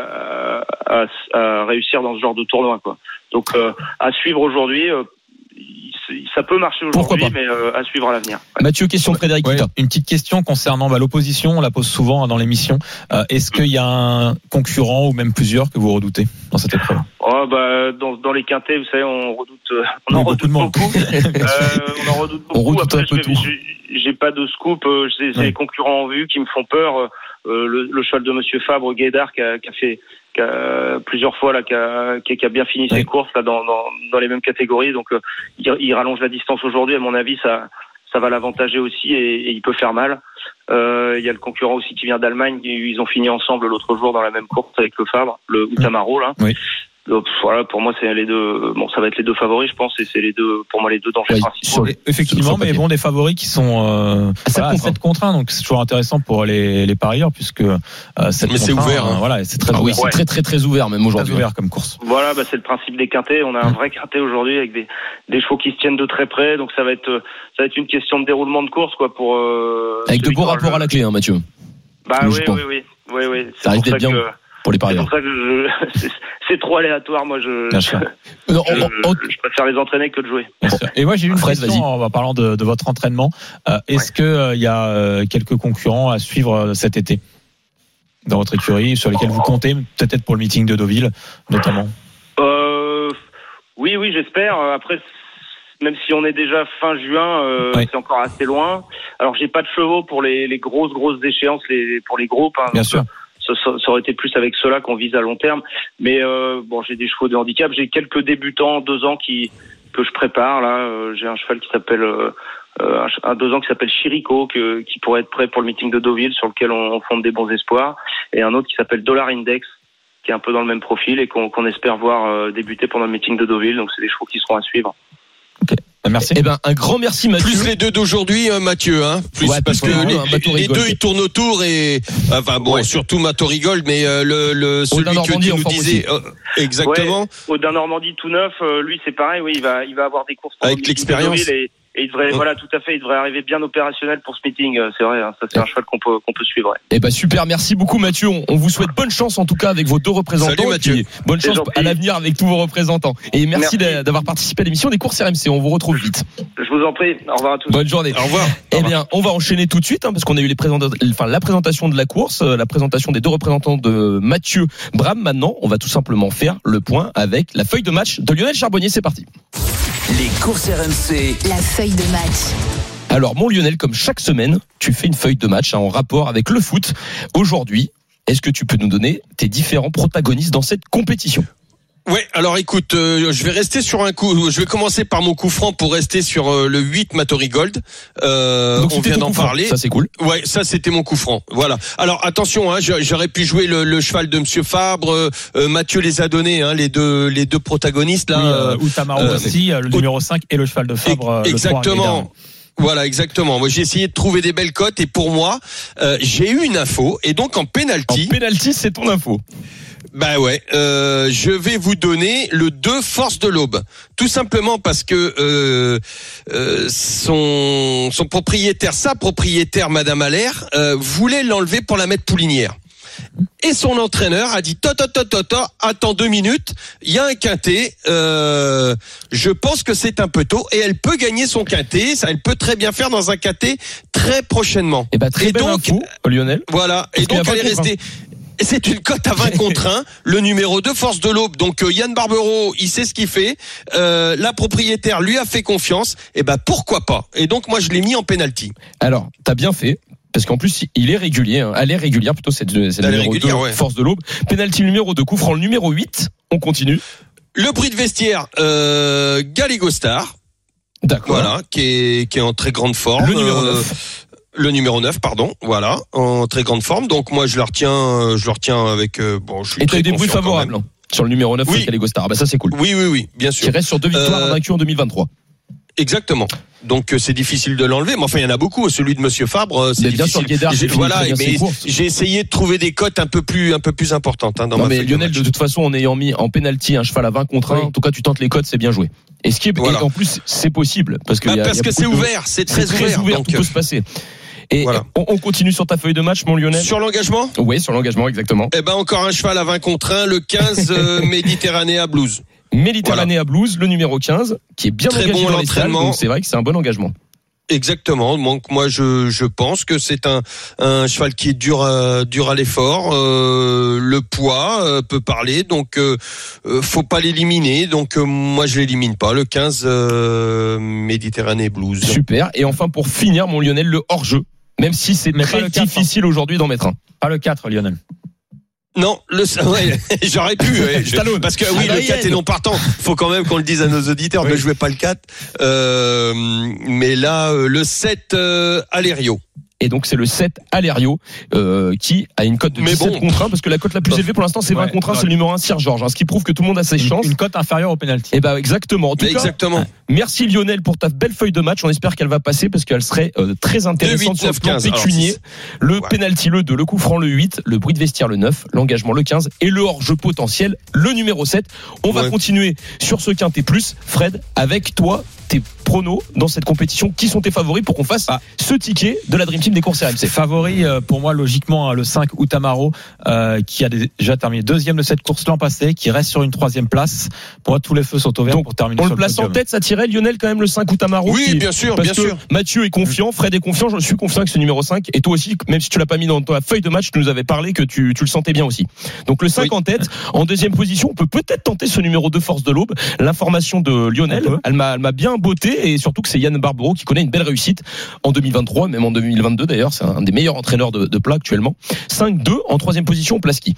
Speaker 8: à, à, à réussir dans ce genre de tournoi, quoi. Donc, euh, à suivre aujourd'hui. Euh, il- ça peut marcher
Speaker 4: Pourquoi
Speaker 8: aujourd'hui,
Speaker 4: pas.
Speaker 8: mais euh, à suivre à l'avenir. Ouais.
Speaker 4: Mathieu, question de Frédéric
Speaker 5: Ouais,
Speaker 4: Kita.
Speaker 5: une petite question concernant bah, l'opposition, on la pose souvent hein, dans l'émission. Euh, est-ce qu'il y a un concurrent ou même plusieurs que vous redoutez dans cette épreuve?
Speaker 8: Oh, bah, dans, dans les quintés, vous savez, on redoute, euh, on
Speaker 5: Oui,
Speaker 8: en
Speaker 5: beaucoup
Speaker 8: redoute
Speaker 5: de monde.
Speaker 8: beaucoup. euh, on en redoute beaucoup.
Speaker 4: On redoute
Speaker 8: Après,
Speaker 4: un peu
Speaker 8: je-
Speaker 4: tout.
Speaker 8: j'ai- J'ai pas de scoop. euh, C'est c'est
Speaker 5: Ouais.
Speaker 8: les concurrents en vue qui me font peur. Euh, le, le cheval de Monsieur Fabre, Guédard, qui a, qui a fait qui a, plusieurs fois là, qui a, qui a- qui a bien fini
Speaker 5: Ouais.
Speaker 8: ses courses là dans, dans, dans les mêmes catégories. Donc, euh, il, il rallonge la distance aujourd'hui. À mon avis, ça, ça va l'avantager aussi, et, et il peut faire mal. Euh, Il y a le concurrent aussi qui vient d'Allemagne. Ils ont fini ensemble l'autre jour dans la même course avec le Fabre, le Outamaro là.
Speaker 5: Oui.
Speaker 8: Donc, voilà, pour moi, c'est les deux. Bon, ça va être les deux favoris, je pense, et c'est les deux, pour moi, les deux dangers
Speaker 4: Ouais,
Speaker 8: principaux.
Speaker 4: sur
Speaker 5: Et- Effectivement,
Speaker 4: sur
Speaker 5: mais
Speaker 4: papier.
Speaker 5: bon, des favoris qui sont euh,
Speaker 4: sept
Speaker 5: voilà,
Speaker 4: contre un.
Speaker 5: sept contre un, donc c'est toujours intéressant pour les, les parieurs puisque euh, sept
Speaker 6: Mais c'est
Speaker 5: contre un,
Speaker 6: ouvert, hein.
Speaker 5: euh, voilà, c'est très
Speaker 4: Ah oui,
Speaker 5: ouvert,
Speaker 4: c'est très très très ouvert même
Speaker 5: très
Speaker 4: aujourd'hui.
Speaker 5: ouvert comme course.
Speaker 8: Voilà, bah, c'est le principe des quintés. On a un
Speaker 5: Mmh.
Speaker 8: vrai quintet aujourd'hui avec des, des chevaux qui se tiennent de très près. Donc ça va être, ça va être une question de déroulement de course, quoi, pour. Euh,
Speaker 4: Avec de
Speaker 8: celui
Speaker 4: beaux
Speaker 8: qui aura
Speaker 4: rapports
Speaker 8: le-
Speaker 4: à la clé, hein, Mathieu,
Speaker 8: Bah oui,
Speaker 4: logiquement.
Speaker 8: oui, oui, oui, oui.
Speaker 4: Ça risque d'être bien
Speaker 8: que,
Speaker 4: pour les
Speaker 8: c'est
Speaker 4: parieurs.
Speaker 8: pour ça que je, c'est, c'est trop aléatoire. Moi, je,
Speaker 5: Bien sûr.
Speaker 4: Non,
Speaker 8: je,
Speaker 4: on- on-
Speaker 8: je préfère les entraîner que de jouer.
Speaker 5: Bien sûr. Et moi j'ai une
Speaker 4: Fred,
Speaker 5: question
Speaker 4: vas-y.
Speaker 5: en parlant de, de votre entraînement. Euh, est-ce que euh, il y a euh, quelques concurrents à suivre euh, cet été dans votre écurie sur lesquels vous comptez, peut-être pour le meeting de Deauville notamment?
Speaker 8: Euh, oui, oui, j'espère. Après, même si on est déjà fin juin, euh,
Speaker 5: Oui.
Speaker 8: c'est encore assez loin. Alors, j'ai pas de chevaux pour les, les grosses, grosses échéances, les, pour les groupes. Hein,
Speaker 5: Bien
Speaker 8: donc,
Speaker 5: sûr.
Speaker 8: Ça, ça, ça aurait été plus avec ceux-là qu'on vise à long terme. Mais euh, bon, j'ai des chevaux de handicap. J'ai quelques débutants, deux ans qui que je prépare. Là, euh, j'ai un cheval qui s'appelle euh, euh, un, un deux ans qui s'appelle Chirico, que, qui pourrait être prêt pour le meeting de Deauville, sur lequel on, on fonde des bons espoirs. Et un autre qui s'appelle Dollar Index, qui est un peu dans le même profil et qu'on, qu'on espère voir euh, débuter pendant le meeting de Deauville. Donc, c'est des chevaux qui seront à suivre.
Speaker 5: Merci.
Speaker 4: Eh ben, un grand merci Mathieu.
Speaker 6: Plus les deux d'aujourd'hui, hein, Mathieu, hein. Plus
Speaker 4: Ouais,
Speaker 6: parce
Speaker 4: plus
Speaker 6: que
Speaker 4: les deux,
Speaker 6: les,
Speaker 4: hein, Mato
Speaker 6: les
Speaker 4: rigole.
Speaker 6: deux ils tournent autour et enfin bon,
Speaker 8: Ouais.
Speaker 6: surtout Mato rigole, mais euh, le, le celui que
Speaker 4: Normandie
Speaker 6: tu
Speaker 4: en
Speaker 6: nous
Speaker 4: forme
Speaker 6: disais euh, exactement.
Speaker 8: Ouais, Audin Normandie tout neuf, euh, lui c'est pareil, oui, il va, il va avoir des courses pendant
Speaker 6: Avec
Speaker 8: le meeting de
Speaker 6: l'expérience.
Speaker 8: Deauville et, et il devrait,
Speaker 6: Ouais.
Speaker 8: voilà, tout à fait, il devrait arriver bien opérationnel pour ce meeting. euh, C'est vrai, hein, ça c'est un cheval qu'on peut, qu'on peut suivre. Ouais.
Speaker 4: Eh ben super, merci beaucoup Mathieu. On, on vous souhaite bonne chance en tout cas avec vos deux représentants.
Speaker 6: Salut, Mathieu.
Speaker 4: Et puis, bonne
Speaker 8: C'est
Speaker 4: chance
Speaker 8: gentil.
Speaker 4: à l'avenir avec tous vos représentants. Et merci,
Speaker 8: Merci.
Speaker 4: d'a- d'avoir participé à l'émission des courses R M C. On vous retrouve vite.
Speaker 8: Je vous en prie, au revoir à tous.
Speaker 4: Bonne journée.
Speaker 6: Au revoir.
Speaker 4: Eh bien, on va enchaîner tout de suite hein, parce qu'on a eu les présenta- enfin, la présentation de la course, euh, la présentation des deux représentants de Mathieu Bram. Maintenant, on va tout simplement faire le point avec la feuille de match de Lionel Charbonnier. C'est parti.
Speaker 1: Les courses R M C.
Speaker 3: La feuille de match.
Speaker 4: Alors, mon Lionel, comme chaque semaine, tu fais une feuille de match hein, en rapport avec le foot. Aujourd'hui, est-ce que tu peux nous donner tes différents protagonistes dans cette compétition?
Speaker 6: Ouais, alors écoute, euh, je vais rester sur un coup, je vais commencer par mon coup franc pour rester sur euh, le huit Mattori Gold. Euh,
Speaker 4: Donc,
Speaker 6: on vient d'en parler.
Speaker 4: Ça c'est cool.
Speaker 6: Ouais, ça c'était mon coup franc. Voilà. Alors attention, hein, j'aurais pu jouer le, le cheval de Monsieur Fabre. Euh, Mathieu les a donnés, hein, les deux les deux protagonistes là.
Speaker 5: Oui, euh, Outamaro euh, aussi, le numéro cinq et le cheval de Fabre.
Speaker 6: Exactement.
Speaker 5: Le trois,
Speaker 6: voilà, exactement. Moi, j'ai essayé de trouver des belles cotes et pour moi, euh, j'ai eu une info et donc en penalty.
Speaker 4: En penalty, c'est ton info.
Speaker 6: Bah ouais, euh, je vais vous donner le deux Force de l'Aube, tout simplement parce que euh, euh, son son propriétaire, sa propriétaire, Madame Allaire, euh, voulait l'enlever pour la mettre poulinière. Et son entraîneur a dit to to to to to attends deux minutes, il y a un quintet, euh, je pense que c'est un peu tôt et elle peut gagner son quintet, ça elle peut très bien faire dans un quintet très prochainement.
Speaker 4: Et bah très
Speaker 6: et
Speaker 4: belle
Speaker 6: donc,
Speaker 4: info, Lionel.
Speaker 6: Voilà, et donc elle est restée. C'est une cote à vingt contre un, le numéro deux Force de l'Aube. Donc euh, Yann Barbero, il sait ce qu'il fait. Euh, la propriétaire lui a fait confiance. Et ben pourquoi pas. Et donc moi je l'ai mis en penalty.
Speaker 4: Alors t'as bien fait. Parce qu'en plus, il est régulier, hein. Elle est régulière plutôt, c'est, c'est le numéro deux, ouais. Force de l'Aube. Penalty numéro deux, coup franc le numéro huit. On continue.
Speaker 6: Le bruit de vestiaire, euh, Gallego Star.
Speaker 4: D'accord.
Speaker 6: Voilà, qui est, qui est en très grande forme.
Speaker 4: Le numéro
Speaker 6: euh,
Speaker 4: neuf.
Speaker 6: Le numéro neuf, pardon, voilà, en très grande forme. Donc moi je le retiens, je le retiens avec. Euh, bon, je suis
Speaker 4: Et
Speaker 6: très
Speaker 4: t'as eu des bruits favorables hein, sur le numéro neuf,
Speaker 6: oui.
Speaker 4: Gallego Star. Bah ça c'est cool.
Speaker 6: Oui, oui, oui, bien sûr.
Speaker 4: Qui reste sur deux victoires
Speaker 6: euh,
Speaker 4: vaincues en deux mille vingt-trois.
Speaker 6: Exactement. Donc c'est difficile de l'enlever, mais enfin il y en a beaucoup. Celui de Monsieur Fabre, c'est
Speaker 4: mais bien
Speaker 6: difficile.
Speaker 4: Sûr, Guédard,
Speaker 6: j'ai, voilà, mais j'ai essayé de trouver des cotes un peu plus, un peu plus importantes hein, dans
Speaker 4: non,
Speaker 6: ma
Speaker 4: mais
Speaker 6: feuille
Speaker 4: Lionel,
Speaker 6: de,
Speaker 4: de toute façon, en ayant mis en penalty un cheval à vingt contre un, oui. En tout cas tu tentes les cotes, c'est bien joué. Et ce qui est, voilà. Et en plus c'est possible parce que
Speaker 6: bah,
Speaker 4: y a,
Speaker 6: parce
Speaker 4: y a
Speaker 6: que c'est
Speaker 4: de...
Speaker 6: ouvert, c'est très,
Speaker 4: c'est très
Speaker 6: ouvert,
Speaker 4: ouvert,
Speaker 6: donc...
Speaker 4: tout peut se passer. Et voilà. on, on continue sur ta feuille de match, mon Lionel.
Speaker 6: Sur l'engagement ?
Speaker 4: Oui, sur l'engagement, exactement.
Speaker 6: Eh ben encore un cheval à vingt contre un, le quinze euh, Méditerranée Blues.
Speaker 4: Méditerranée voilà. Blues, le numéro quinze, qui est bien
Speaker 6: très
Speaker 4: engagé
Speaker 6: bon
Speaker 4: dans les salles, donc c'est vrai que c'est un bon engagement.
Speaker 6: Exactement. Donc moi je je pense que c'est un un cheval qui est dur à, dur à l'effort. Euh, le poids euh, peut parler, donc euh, faut pas l'éliminer. Donc euh, moi je l'élimine pas. Le quinze euh, Méditerranée Blues.
Speaker 4: Super. Et enfin pour finir, mon Lionel, le hors-jeu. Même si c'est Mais très difficile aujourd'hui d'en mettre un.
Speaker 5: Pas le quatre, Lionel.
Speaker 6: Non, le ouais, j'aurais pu ouais, je, parce que oui, le quatre est non partant. Faut quand même qu'on le dise à nos auditeurs. Oui. Ne jouez pas le quatre. Euh, mais là, le sept euh, Alerio.
Speaker 4: Et donc c'est le sept Alerio euh, qui a une cote de dix-sept bon. contre un parce que la cote la plus élevée pour l'instant c'est ouais, vingt contre un, ouais. C'est le numéro un Sir Georges, hein, ce qui prouve que tout le monde a ses
Speaker 5: une,
Speaker 4: chances.
Speaker 5: Une cote inférieure au penalty.
Speaker 4: Et bah exactement. En tout
Speaker 6: exactement.
Speaker 4: Cas, merci Lionel pour ta belle feuille de match. On espère qu'elle va passer parce qu'elle serait euh, très intéressante sur le plan pécunier. Le ouais. penalty le deux, le coup franc le huit, le bruit de vestiaire le neuf, l'engagement le quinze et le hors-jeu potentiel le numéro sept. On ouais. va continuer sur ce quintet plus. Fred, avec toi, tes pronos dans cette compétition, qui sont tes favoris pour qu'on fasse ah. ce ticket de la Dream Team des courses R M C?
Speaker 5: Favori pour moi logiquement le cinq Outamaro euh, qui a déjà terminé deuxième de cette course l'an passé, qui reste sur une troisième place. Pour moi tous les feux sont au vert. Donc, pour terminer.
Speaker 4: On
Speaker 5: sur
Speaker 4: le place
Speaker 5: le
Speaker 4: en tête, ça tirait Lionel quand même le cinq Outamaro.
Speaker 6: Oui,
Speaker 4: qui,
Speaker 6: bien sûr,
Speaker 4: parce
Speaker 6: bien
Speaker 4: que
Speaker 6: sûr.
Speaker 4: Mathieu est confiant, Fred est confiant, je suis confiant avec ce numéro cinq et toi aussi, même si tu l'as pas mis dans ta feuille de match, tu nous avais parlé que tu, tu le sentais bien aussi. Donc le cinq oui. en tête, en deuxième position, on peut peut-être tenter ce numéro deux Force de l'Aube. L'information de Lionel, elle m'a, elle m'a bien botté et surtout que c'est Yann Barbero qui connaît une belle réussite en deux mille vingt-trois, même en deux mille vingt-deux d'ailleurs, c'est un des meilleurs entraîneurs de, de plat actuellement. cinq deux en troisième position, on place qui?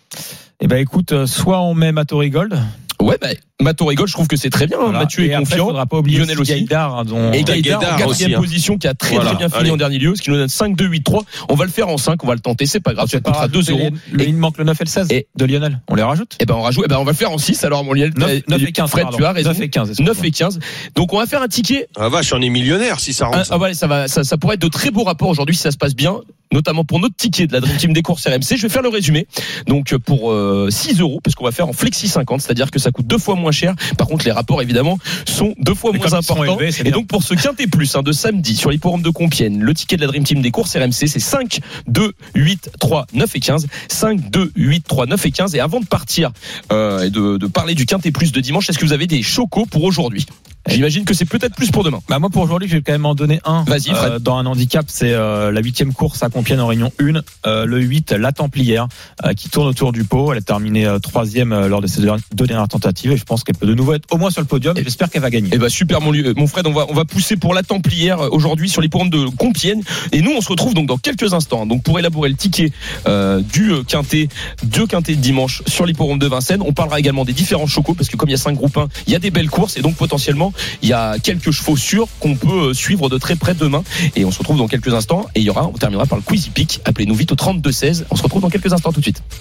Speaker 5: Eh ben écoute, soit on met Mattori Gold.
Speaker 4: Ouais, bah, Mattori Gold, je trouve que c'est très bien. Voilà. Mathieu est confiant. Il
Speaker 5: faudra pas oublier
Speaker 4: Lionel aussi.
Speaker 5: Gaïdar, hein, dont...
Speaker 4: Et Gaïdar en quatrième
Speaker 6: hein.
Speaker 4: position, qui a très
Speaker 6: voilà.
Speaker 4: très bien fini
Speaker 6: Allez.
Speaker 4: en dernier lieu, ce qui nous donne cinq deux huit trois. On va le faire en cinq, on va le tenter, c'est pas grave, ça coûtera deux euros.
Speaker 5: Et il manque le neuf et le seize et de Lionel. On les rajoute?
Speaker 4: Eh ben, on rajoute, eh ben, on va le faire en six, alors, mon Lionel.
Speaker 5: neuf et quinze,
Speaker 4: Fred,
Speaker 5: pardon.
Speaker 4: tu as raison.
Speaker 5: neuf et quinze.
Speaker 4: neuf et quinze. Donc, on va faire un ticket.
Speaker 6: Ah, vache, j'en ai millionnaire, si ça rentre.
Speaker 4: Ah,
Speaker 6: ça.
Speaker 4: ah, ouais, ça va, ça, ça pourrait être de très beaux rapports aujourd'hui si ça se passe bien, notamment pour notre ticket de la Dream Team des courses R M C. Je vais faire le résumé. Donc, pour euh, six euros, parce qu'on va faire en flexi cinquante, c'est-à-dire que ça coûte deux fois moins cher. Par contre, les rapports, évidemment, sont deux fois
Speaker 5: mais
Speaker 4: moins importants.
Speaker 5: Élevés,
Speaker 4: et donc, pour ce quintet plus hein, de samedi sur l'hippodrome de Compiègne, le ticket de la Dream Team des courses R M C, c'est cinq, deux, huit, trois, neuf et quinze. cinq, deux, huit, trois, neuf et quinze. Et avant de partir euh, et de, de parler du quintet plus de dimanche, est-ce que vous avez des chocos pour aujourd'hui? J'imagine que c'est peut-être plus pour demain.
Speaker 5: Bah moi pour aujourd'hui je vais quand même en donner un.
Speaker 4: Vas-y Fred.
Speaker 5: Euh, dans un handicap, c'est euh, la huitième course à Compiègne en Réunion un, euh, le huit, la Templière, euh, qui tourne autour du pot. Elle a terminé euh, troisième euh, lors de ses deux dernières tentatives et je pense qu'elle peut de nouveau être au moins sur le podium et j'espère qu'elle va gagner.
Speaker 4: Et bah super mon, mon Fred, on va on va pousser pour la Templière aujourd'hui sur l'hippodrome de Compiègne et nous on se retrouve donc dans quelques instants donc pour élaborer le ticket euh, du quintet, deux quintets de dimanche sur l'hippodrome de Vincennes. On parlera également des différents chocos parce que comme il y a cinq groupes un, il y a des belles courses et donc potentiellement il y a quelques chevaux sûrs qu'on peut suivre de très près demain et on se retrouve dans quelques instants et il y aura, on terminera par le Quizy Peak. Appelez-nous vite au trente-deux seize. On se retrouve dans quelques instants tout de suite.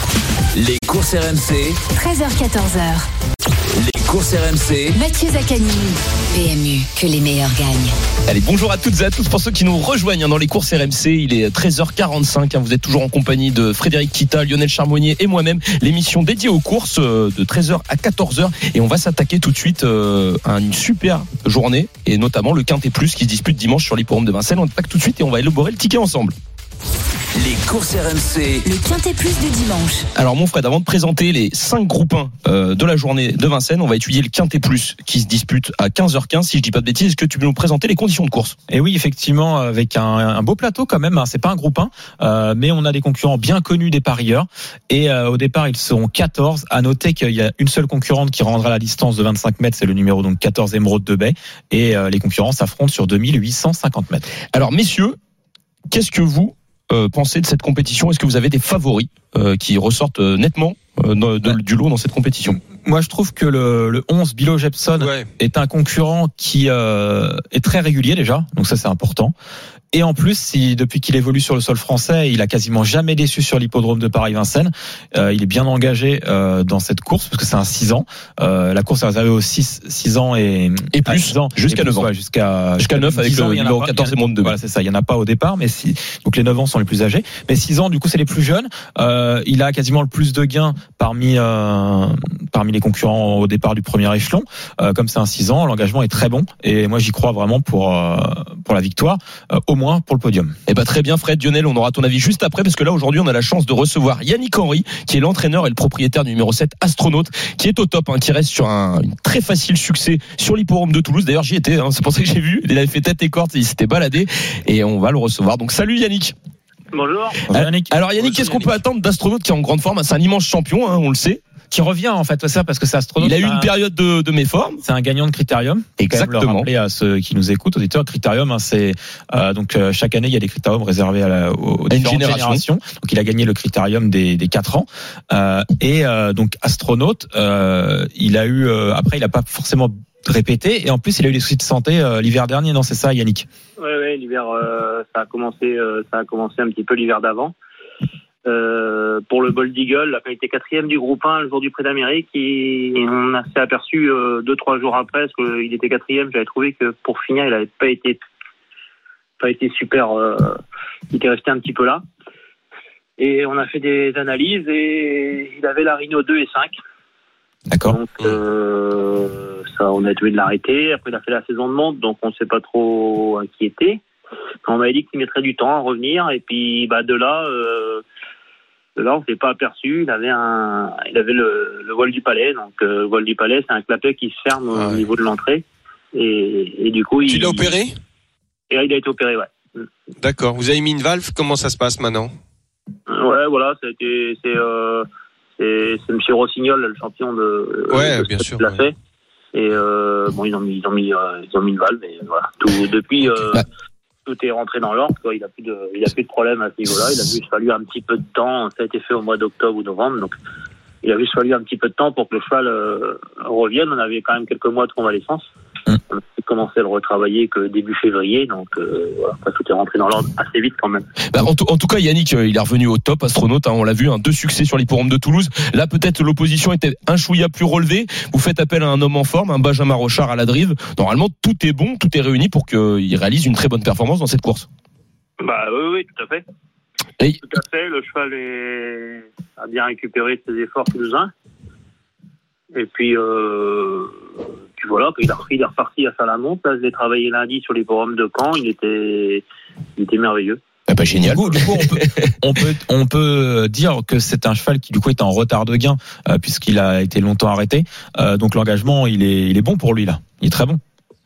Speaker 1: Les courses R M C,
Speaker 3: treize heures quatorze heures.
Speaker 1: les courses R M C,
Speaker 3: Mathieu Zaccanini. P M U, que les meilleurs gagnent.
Speaker 4: Allez, bonjour à toutes et à tous pour ceux qui nous rejoignent dans les courses R M C. Il est treize heures quarante-cinq. Vous êtes toujours en compagnie de Frédéric Kita, Lionel Charbonnier et moi-même. L'émission dédiée aux courses de treize heures à quatorze heures. Et on va s'attaquer tout de suite à une super journée et notamment le Quintet Plus qui se dispute dimanche sur l'hippodrome de Vincennes. On attaque tout de suite et on va élaborer le ticket ensemble.
Speaker 1: les courses R M C,
Speaker 3: Le Quintet Plus du dimanche.
Speaker 4: Alors mon Fred, avant de présenter les cinq groupes un euh, de la journée de Vincennes, on va étudier le Quintet Plus qui se dispute à quinze heures quinze si je dis pas de bêtises. Est-ce que tu peux nous présenter les conditions de course?
Speaker 5: Et oui, effectivement, avec un, un beau plateau quand même. Hein, c'est pas un groupe un, euh, mais on a des concurrents bien connus des parieurs. Et euh, au départ, ils seront quatorze. À noter qu'il y a une seule concurrente qui rendra la distance de vingt-cinq mètres, c'est le numéro donc quatorze Émeraude de Baie. Et euh, les concurrents s'affrontent sur deux mille huit cent cinquante mètres.
Speaker 4: Alors messieurs, qu'est-ce que vous euh, pensez de cette compétition? Est-ce que vous avez des favoris euh, qui ressortent euh, nettement euh, de, de, du lot dans cette compétition?
Speaker 5: Moi, je trouve que le, le onze, Bilo Jepson,
Speaker 6: Ouais.
Speaker 5: est un concurrent qui euh, est très régulier déjà, donc ça c'est important. Et en plus, si depuis qu'il évolue sur le sol français, il a quasiment jamais déçu sur l'hippodrome de Paris-Vincennes. Euh, il est bien engagé euh, dans cette course parce que c'est un six ans. Euh, la course est réservée aux six ans et,
Speaker 4: Et plus,
Speaker 5: six ans,
Speaker 4: jusqu'à
Speaker 5: et plus,
Speaker 4: neuf ans.
Speaker 5: ouais, jusqu'à
Speaker 4: Jusqu'à neuf avec
Speaker 5: dix ans,
Speaker 4: le
Speaker 5: il y en a
Speaker 4: numéro
Speaker 5: pas-
Speaker 4: quatorze
Speaker 5: il y en a-
Speaker 4: Émeraude de Baie.
Speaker 5: Voilà, c'est ça. Il y en a pas au départ, mais si, donc les neuf ans sont les plus âgés. Mais six ans, du coup, c'est les plus jeunes. Euh, il a quasiment le plus de gains parmi euh, parmi les concurrents au départ du premier échelon. Euh, comme c'est un six ans, l'engagement est très bon. Et moi, j'y crois vraiment pour euh, pour la victoire, euh, au moins pour le podium.
Speaker 4: Eh ben très bien Fred, Lionel, on aura ton avis juste après parce que là aujourd'hui on a la chance de recevoir Yannick Henry qui est l'entraîneur et le propriétaire du numéro sept Astronaute qui est au top, hein, qui reste sur un une très facile succès sur l'hippodrome de Toulouse. D'ailleurs j'y étais, hein, c'est pour ça que j'ai vu, il avait fait tête et corde, il s'était baladé et on va le recevoir. Donc salut Yannick.
Speaker 8: Bonjour.
Speaker 5: Bonjour, Yannick.
Speaker 4: Alors Yannick,
Speaker 6: Bonjour,
Speaker 4: qu'est-ce qu'on
Speaker 6: Yannick.
Speaker 4: peut attendre d'Astronaute qui est en grande forme? C'est un immense champion, hein, on le sait.
Speaker 5: Qui revient en fait, c'est ça, parce que c'est Astronaute.
Speaker 4: Il a eu
Speaker 5: c'est
Speaker 4: une
Speaker 5: un-
Speaker 4: période de, de méforme.
Speaker 5: C'est un gagnant de Critérium.
Speaker 4: Exactement.
Speaker 5: Quand même le rappeler à ceux qui nous écoutent, auditeurs, Critérium, hein, c'est euh, donc euh, chaque année il y a des Critériums réservés à, la, aux, aux
Speaker 4: À une
Speaker 5: différentes
Speaker 4: génération.
Speaker 5: générations. Donc il a gagné le Critérium des, des quatre ans. Euh, et euh, donc Astronaute, euh, il a eu euh, après il a pas forcément répété et en plus il a eu des soucis de santé euh, l'hiver dernier. Non, c'est ça, Yannick.
Speaker 8: Oui, oui, l'hiver, euh, ça a commencé, euh, ça a commencé un petit peu l'hiver d'avant. Euh, pour le Bold Eagle, la qualité quatrième du groupe un le jour du Prix d'Amérique, et on a s'est aperçu euh, deux trois jours après, parce qu'il était quatrième, j'avais trouvé que pour finir, il n'avait pas été pas été super. Euh, il était resté un petit peu là. Et on a fait des analyses et il avait la Rhino deux et cinq.
Speaker 5: D'accord.
Speaker 8: Donc euh, ça, on a été obligé de l'arrêter. Après, il a fait la saison de monte, donc on ne s'est pas trop inquiété. On m'avait dit qu'il mettrait du temps à revenir, et puis bah de là, euh, de là on s'est pas aperçu. Il avait un, il avait le, le voile du palais. Donc euh, le voile du palais, c'est un clapet qui se ferme
Speaker 6: Ah
Speaker 8: au
Speaker 6: ouais.
Speaker 8: niveau de l'entrée, et, et du coup,
Speaker 6: Tu
Speaker 8: il,
Speaker 6: l'as opéré?
Speaker 8: Et il a été opéré, ouais.
Speaker 6: D'accord. Vous avez mis une valve. Comment ça se passe maintenant?
Speaker 8: Ouais, voilà, ça a été, c'est, euh, c'est, c'est Monsieur Rossignol, le champion de,
Speaker 6: Ouais,
Speaker 8: de
Speaker 6: bien
Speaker 8: ce
Speaker 6: sûr,
Speaker 8: qui l'a
Speaker 6: ouais.
Speaker 8: fait. Et euh, bon, ils ont mis, ils ont mis, euh, ils ont mis une valve, et voilà. Tout, depuis, euh,
Speaker 4: Bah.
Speaker 8: tout est rentré dans l'ordre, quoi. Il a plus de, il a plus de problème à ce niveau-là. Il a juste fallu un petit peu de temps. Ça a été fait au mois d'octobre ou novembre, donc il a juste fallu un petit peu de temps pour que le cheval euh, revienne. On avait quand même quelques mois de convalescence.
Speaker 5: Mmh.
Speaker 8: On a commencé à le retravailler que début février, donc euh, voilà, après, tout est rentré dans l'ordre assez vite quand même.
Speaker 4: Bah, en, tout, en tout cas, Yannick, euh, il est revenu au top, Astronaute. Hein, on l'a vu, hein, deux succès sur l'hippodrome de Toulouse. Là, peut-être l'opposition était un chouïa plus relevée. Vous faites appel à un homme en forme, un Benjamin Rochard à la drive. Normalement, tout est bon, tout est réuni pour qu'il réalise une très bonne performance dans cette course.
Speaker 8: Bah oui, oui, tout à fait.
Speaker 4: Et
Speaker 8: Tout à fait. Le cheval est... a bien récupéré de ses efforts toulousains. Et puis, euh... puis voilà, il, a... il est reparti à Salamon. Là, je l'ai travaillé lundi sur les forums de Caen. Il était, il était merveilleux.
Speaker 4: ah bah, génial.
Speaker 5: Du coup, du coup, on peut, on peut, on peut dire que c'est un cheval qui du coup est en retard de gain euh, puisqu'il a été longtemps arrêté. Euh, donc l'engagement, il est, il est bon pour lui là. Il est très bon.